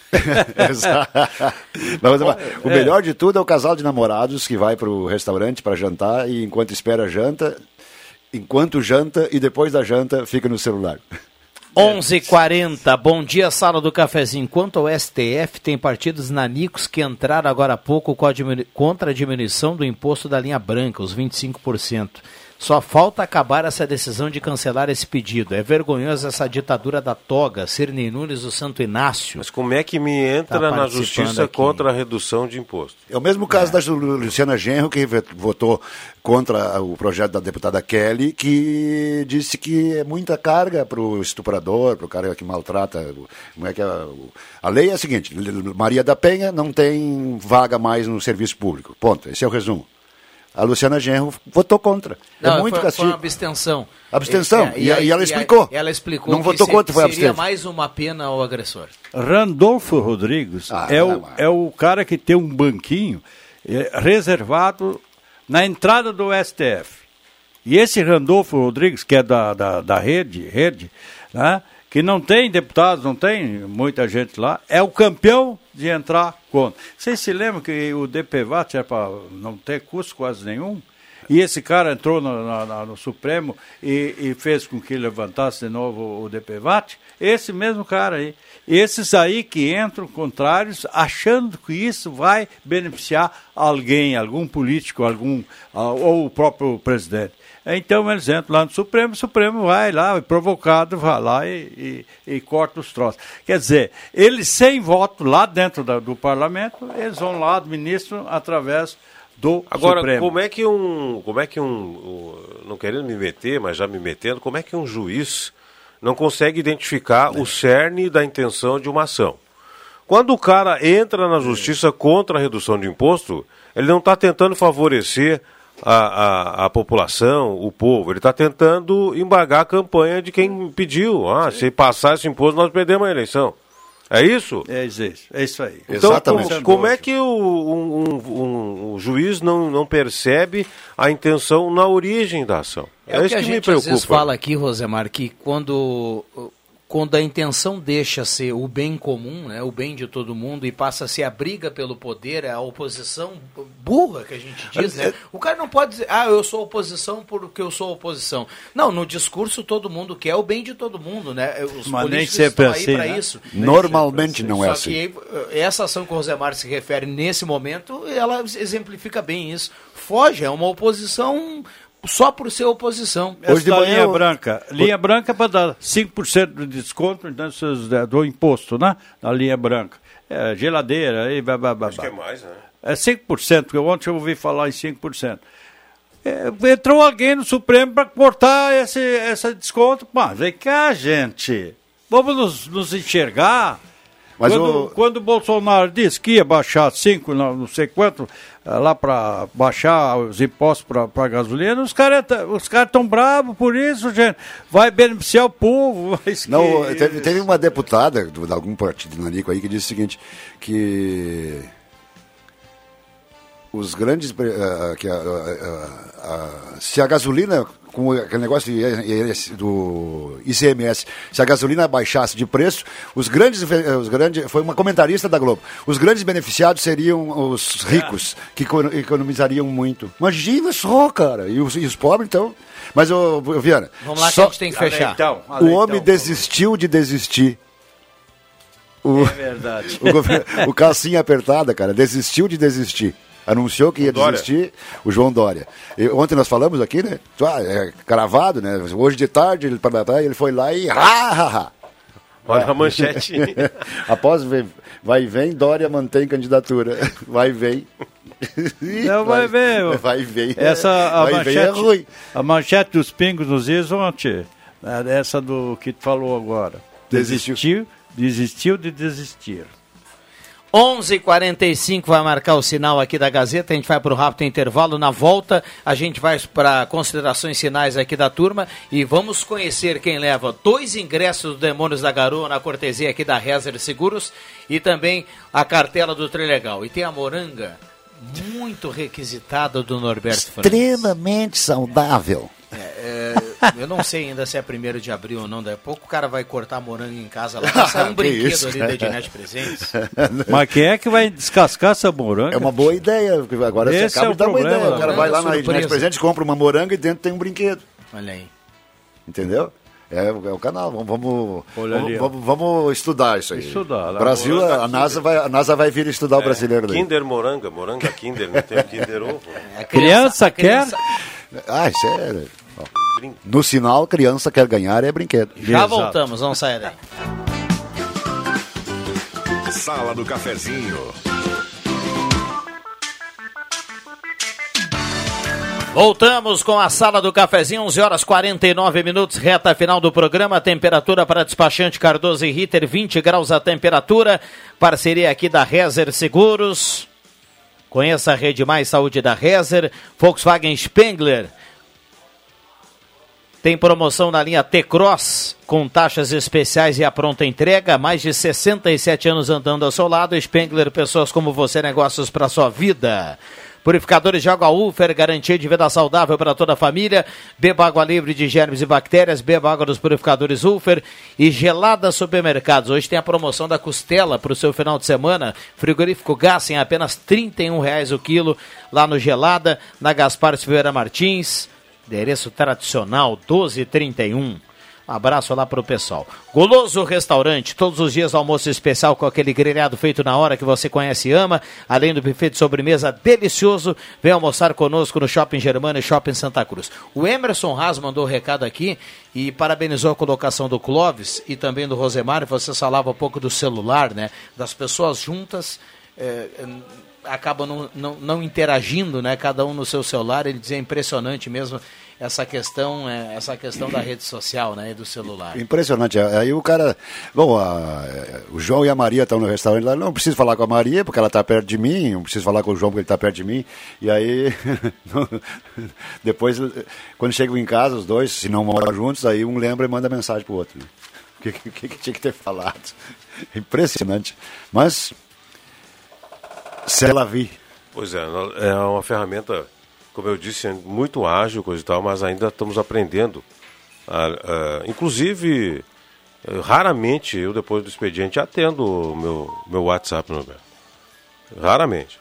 Mas, o melhor de tudo é o casal de namorados que vai para o restaurante para jantar e enquanto espera a janta, enquanto janta e depois da janta fica no celular. onze e quarenta, bom dia, sala do cafezinho. Quanto ao S T F, tem partidos nanicos que entraram agora há pouco com a diminu... contra a diminuição do imposto da linha branca, os vinte e cinco por cento. Só falta acabar essa decisão de cancelar esse pedido. É vergonhosa essa ditadura da toga, Cirne Nunes do Santo Inácio. Mas como é que me entra tá na justiça aqui contra a redução de imposto? É o mesmo caso é. da Luciana Genro, que votou contra o projeto da deputada Kelly, que disse que é muita carga para o estuprador, para o cara que maltrata. Como é que a, a lei é a seguinte, Maria da Penha não tem vaga mais no serviço público. Ponto. Esse é o resumo. A Luciana Genro votou contra. Não, é muito foi, castigo. foi uma abstenção. Abstenção. É, e, e, e ela e explicou. Ela explicou não que votou se, contra, foi seria abstenção. mais uma pena ao agressor. Randolfo Rodrigues ah, é, o, é o cara que tem um banquinho é, reservado na entrada do S T F. E esse Randolfo Rodrigues, que é da, da, da rede, rede né, que não tem deputados, não tem muita gente lá, é o campeão de entrar contra. Vocês se lembram que o D P V A T é para não ter custo quase nenhum? E esse cara entrou no, no, no Supremo e, e fez com que levantasse de novo o D P V A T? Esse mesmo cara aí. Esses aí que entram contrários, achando que isso vai beneficiar alguém, algum político, algum ou o próprio presidente. Então eles entram lá no Supremo, o Supremo vai lá, provocado, vai lá e, e, e corta os troços. Quer dizer, eles sem voto lá dentro da, do parlamento, eles vão lá, administram através do Agora, Supremo. como é que um, como é que um, um, não querendo me meter, mas já me metendo, como é que um juiz não consegue identificar o cerne da intenção de uma ação? Quando o cara entra na justiça contra a redução de imposto, ele não está tentando favorecer a, a, a população, o povo, ele está tentando embargar a campanha de quem pediu. Ah, se passar esse imposto, nós perdemos a eleição. É isso? É isso, é isso aí. Então, Exatamente. Como, como é que o, um, um, um, o juiz não, não percebe a intenção na origem da ação? É, é o isso que a que gente me preocupa. às vezes fala aqui, Rosemar, que quando, quando a intenção deixa ser o bem comum, né, o bem de todo mundo, e passa a ser a briga pelo poder, a oposição burra que a gente diz, né? O cara não pode dizer, ah, eu sou oposição porque eu sou oposição. Não, no discurso todo mundo quer o bem de todo mundo, né? Os Mas nem políticos sempre estão assim, aí para né? isso. Normalmente não é Só assim. que essa ação que o Rosemar se refere nesse momento, ela exemplifica bem isso. Foge, é uma oposição só por ser oposição. Essa Hoje de da manhã linha eu- branca. Linha branca para dar cinco por cento de desconto então, esses, eh, do imposto, né? Na linha branca. É, geladeira, aí, blá, blá, blá, Acho que é blá. mais, né? É cinco por cento, porque ontem eu ouvi falar em cinco por cento. É, entrou alguém no Supremo para cortar esse, esse desconto. Mas vem cá, gente. Vamos nos, nos enxergar. Mas quando, o- quando o Bolsonaro disse que ia baixar cinco, não, não sei quanto, eh, lá para baixar os impostos para a gasolina, os caras os cara estão bravos por isso, gente. Vai beneficiar o povo. Mas Não, que- teve, teve uma deputada de algum partido nanico aí que disse o seguinte, que os grandes, uh, que, uh, uh, uh, se a gasolina, com aquele negócio de, do I C M S, se a gasolina baixasse de preço, os grandes, os grandes, foi uma comentarista da Globo, os grandes beneficiados seriam os ricos, que economizariam muito. Imagina só, cara, e os, e os pobres, então... Mas, ô, Viana... Vamos lá que só, a gente tem que fechar. Então, o homem desistiu de desistir. O, É verdade. o, governo, o calcinha apertada, cara, desistiu de desistir. Anunciou que ia Dória. desistir, o João Dória. E ontem nós falamos aqui, né? Ah, é cravado, né? Hoje de tarde ele, ele foi lá e... Olha a manchete. Após vai e vem, Dória mantém candidatura. Vai e vem. Não, vai ver. Vai e vem. Essa, a, vai e vem é manchete, ruim. a manchete dos pingos nos is ontem, né, essa do que tu falou agora. Desistiu. Desistiu, desistiu de desistir. onze e quarenta e cinco vai marcar o sinal aqui da Gazeta, a gente vai para o rápido intervalo, na volta a gente vai para considerações finais aqui da turma e vamos conhecer quem leva dois ingressos do Demônios da Garoa na cortesia aqui da Rezer Seguros e também a cartela do Trilegal. E tem a moranga muito requisitada do Norberto França. Extremamente saudável. É, é, eu não sei ainda se é primeiro de abril ou não, daqui a pouco o cara vai cortar moranga em casa lá, vai sair um Que brinquedo isso, ali cara. da Ednet Presentes. Mas quem é que vai descascar essa moranga? É uma boa ideia, porque agora você Esse acaba é o de dar uma problema, ideia. O cara né? vai lá na Surpresa. Ednet Presentes, compra uma moranga e dentro tem um brinquedo. Olha aí. Entendeu? É, é o canal. Vamos, vamos, Olha vamos, ali, ó. vamos, vamos estudar isso aí. Estudar, lá. Brasil, Moranga a NASA, vai, a NASA vai vir estudar o brasileiro daí. Kinder Moranga, Moranga Kinder, não tem o Kinder Ovo. A Criança a criança- Ah, isso é. ó, Brin- No sinal, criança quer ganhar é brinquedo. Já Exato. voltamos, vamos sair daí. Sala do Cafezinho. Voltamos com a Sala do Cafezinho, onze horas e quarenta e nove minutos, reta final do programa, temperatura para despachante Cardoso e Ritter, vinte graus a temperatura, parceria aqui da Rezer Seguros, conheça a Rede Mais Saúde da Rezer, Volkswagen Spengler, tem promoção na linha T-Cross, com taxas especiais e a pronta entrega, mais de sessenta e sete anos andando ao seu lado, Spengler, pessoas como você, negócios para sua vida. Purificadores de água Ufer, garantia de vida saudável para toda a família. Beba água livre de germes e bactérias. Beba água dos purificadores Ufer. E Gelada Supermercados. Hoje tem a promoção da costela para o seu final de semana. Frigorífico Gás em apenas trinta e um reais o quilo. Lá no Gelada, na Gaspar Silveira Martins. Endereço tradicional, doze trinta e um. Um abraço lá pro pessoal. Goloso Restaurante, todos os dias almoço especial com aquele grelhado feito na hora que você conhece e ama, além do buffet de sobremesa delicioso. Vem almoçar conosco no Shopping Germana e Shopping Santa Cruz. O Emerson Haas mandou um recado aqui e parabenizou a colocação do Clóvis e também do Rosemar. Você falava um pouco do celular, né? Das pessoas juntas é, acabam não, não, não interagindo, né? Cada um no seu celular. Ele dizia impressionante mesmo essa questão, é, essa questão da rede social, né, e do celular. Impressionante. Aí o cara, bom, a, o João e a Maria estão no restaurante lá, não preciso falar com a Maria porque ela está perto de mim, não preciso falar com o João porque ele está perto de mim, e aí depois, quando chegam em casa os dois, se não moram juntos, aí um lembra e manda mensagem pro outro, né? O que, que, que tinha que ter falado? Impressionante. Mas c'est la vie. Pois é, é uma ferramenta, como eu disse, muito ágil, coisa e tal, mas ainda estamos aprendendo. A, a, inclusive, raramente eu, depois do expediente, atendo o meu, meu WhatsApp, Norberto. Raramente.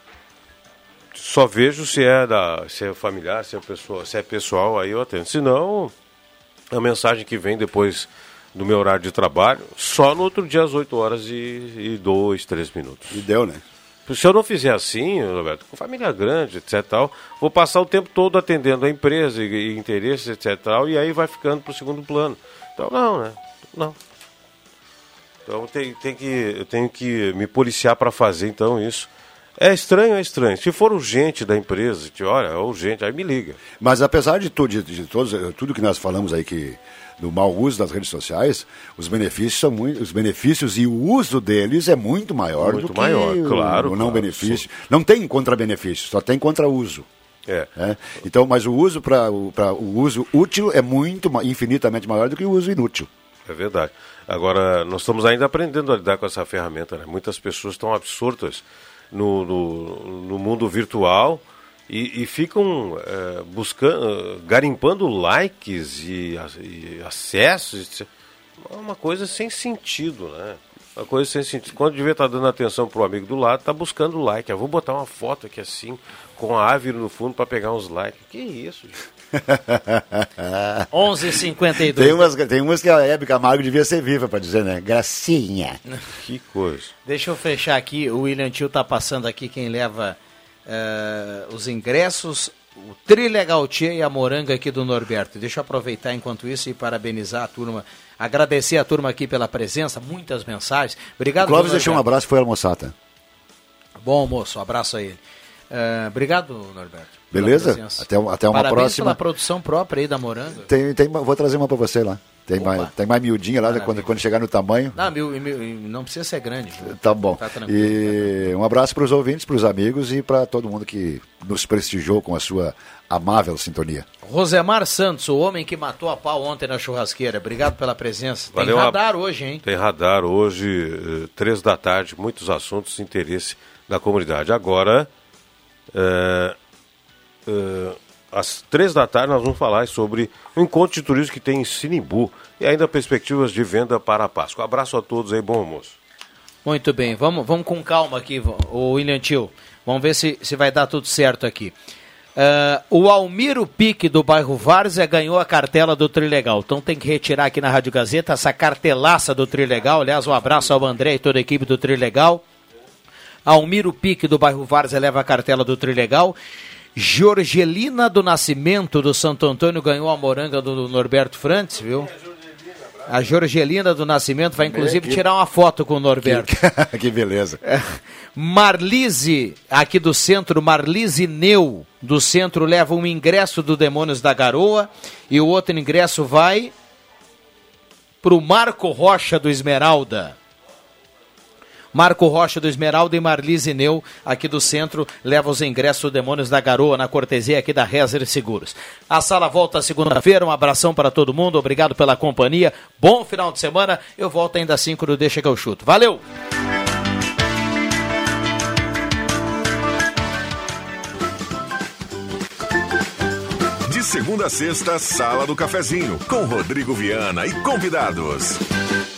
Só vejo se é, da, se é familiar, se é, pessoa, se é pessoal, aí eu atendo. Se não, a mensagem que vem depois do meu horário de trabalho, só no outro dia às oito horas e dois, três minutos. E deu, né? Se eu não fizer assim, Roberto, com família grande, etc tal, vou passar o tempo todo atendendo a empresa e, e interesses, etc tal, e aí vai ficando para o segundo plano. Então, não, né? Não. Então, tem, tem que, eu tenho que me policiar para fazer, então, isso. É estranho, é estranho. Se for urgente da empresa, te, olha, é urgente, aí me liga. Mas apesar de, tu, de, de todos, tudo que nós falamos aí que do mau uso das redes sociais, os benefícios são muito, os benefícios e o uso deles é muito maior muito do maior, que claro, o não claro, benefício. sim. Não tem contra-benefício, só tem contra-uso. É. É. Então, mas o uso para o, o uso útil é muito, infinitamente maior do que o uso inútil. É verdade. Agora, nós estamos ainda aprendendo a lidar com essa ferramenta, né? Muitas pessoas estão absortas no, no, no mundo virtual e, e ficam é, buscando, garimpando likes e, e acessos. É uma coisa sem sentido, né? Uma coisa sem sentido. Quando devia estar dando atenção para o amigo do lado, está buscando like. Eu vou botar uma foto aqui assim, com a árvore no fundo para pegar uns likes. Que isso, gente? onze e cinquenta e dois. Tem umas, tem umas que a Hebe Camargo devia ser viva para dizer, né? Gracinha. Que coisa. Deixa eu fechar aqui. O William Tio está passando aqui quem leva uh, os ingressos. O Trilegal Tia e a moranga aqui do Norberto. Deixa eu aproveitar enquanto isso e parabenizar a turma. Agradecer a turma aqui pela presença. Muitas mensagens. Obrigado. O Clóvis deixou um abraço e foi almoçar, tá? Bom almoço. Um abraço a ele. Uh, obrigado, Norberto. Beleza? Até, até uma Parabéns próxima. pela produção própria aí da moranga. Tem, tem, vou trazer uma para você lá. Tem mais, tem mais miudinha lá, quando, quando chegar no tamanho. Não, mil, mil, não precisa ser grande. Viu? Tá bom. Tá tranquilo, e tá um abraço para os ouvintes, para os amigos e para todo mundo que nos prestigiou com a sua amável sintonia. Rosemar Santos, o homem que matou a pau ontem na churrasqueira. Obrigado pela presença. Tem Valeu, radar hoje, hein? Tem radar hoje, três da tarde, muitos assuntos de interesse da comunidade. Agora, é, é, às três da tarde nós vamos falar sobre o encontro de turismo que tem em Sinimbu e ainda perspectivas de venda para a Páscoa. Abraço a todos aí, bom almoço. Muito bem, vamos, vamos com calma aqui, o William Tio. Vamos ver se, se vai dar tudo certo aqui. Uh, o Almiro Pique do bairro Várzea ganhou a cartela do Trilegal. Então tem que retirar aqui na Rádio Gazeta essa cartelaça do Trilegal. Aliás, um abraço ao André e toda a equipe do Trilegal. Almiro Pique do bairro Várzea leva a cartela do Trilegal. Jorgelina do Nascimento do Santo Antônio ganhou a moranga do Norberto Frantz, viu? A Jorgelina do Nascimento vai inclusive tirar uma foto com o Norberto. Que, que beleza. Marlise, aqui do centro, Marlise Neu, do centro, leva um ingresso do Demônios da Garoa e o outro ingresso vai para o Marco Rocha do Esmeralda. Marco Rocha do Esmeralda e Marlise Neu, aqui do centro, leva os ingressos do Demônios da Garoa, na cortesia aqui da Rezer Seguros. A sala volta segunda-feira, um abração para todo mundo, obrigado pela companhia, bom final de semana, eu volto ainda às cinco do Deixa que eu chuto. Valeu! De segunda a sexta, Sala do Cafezinho, com Rodrigo Viana e convidados.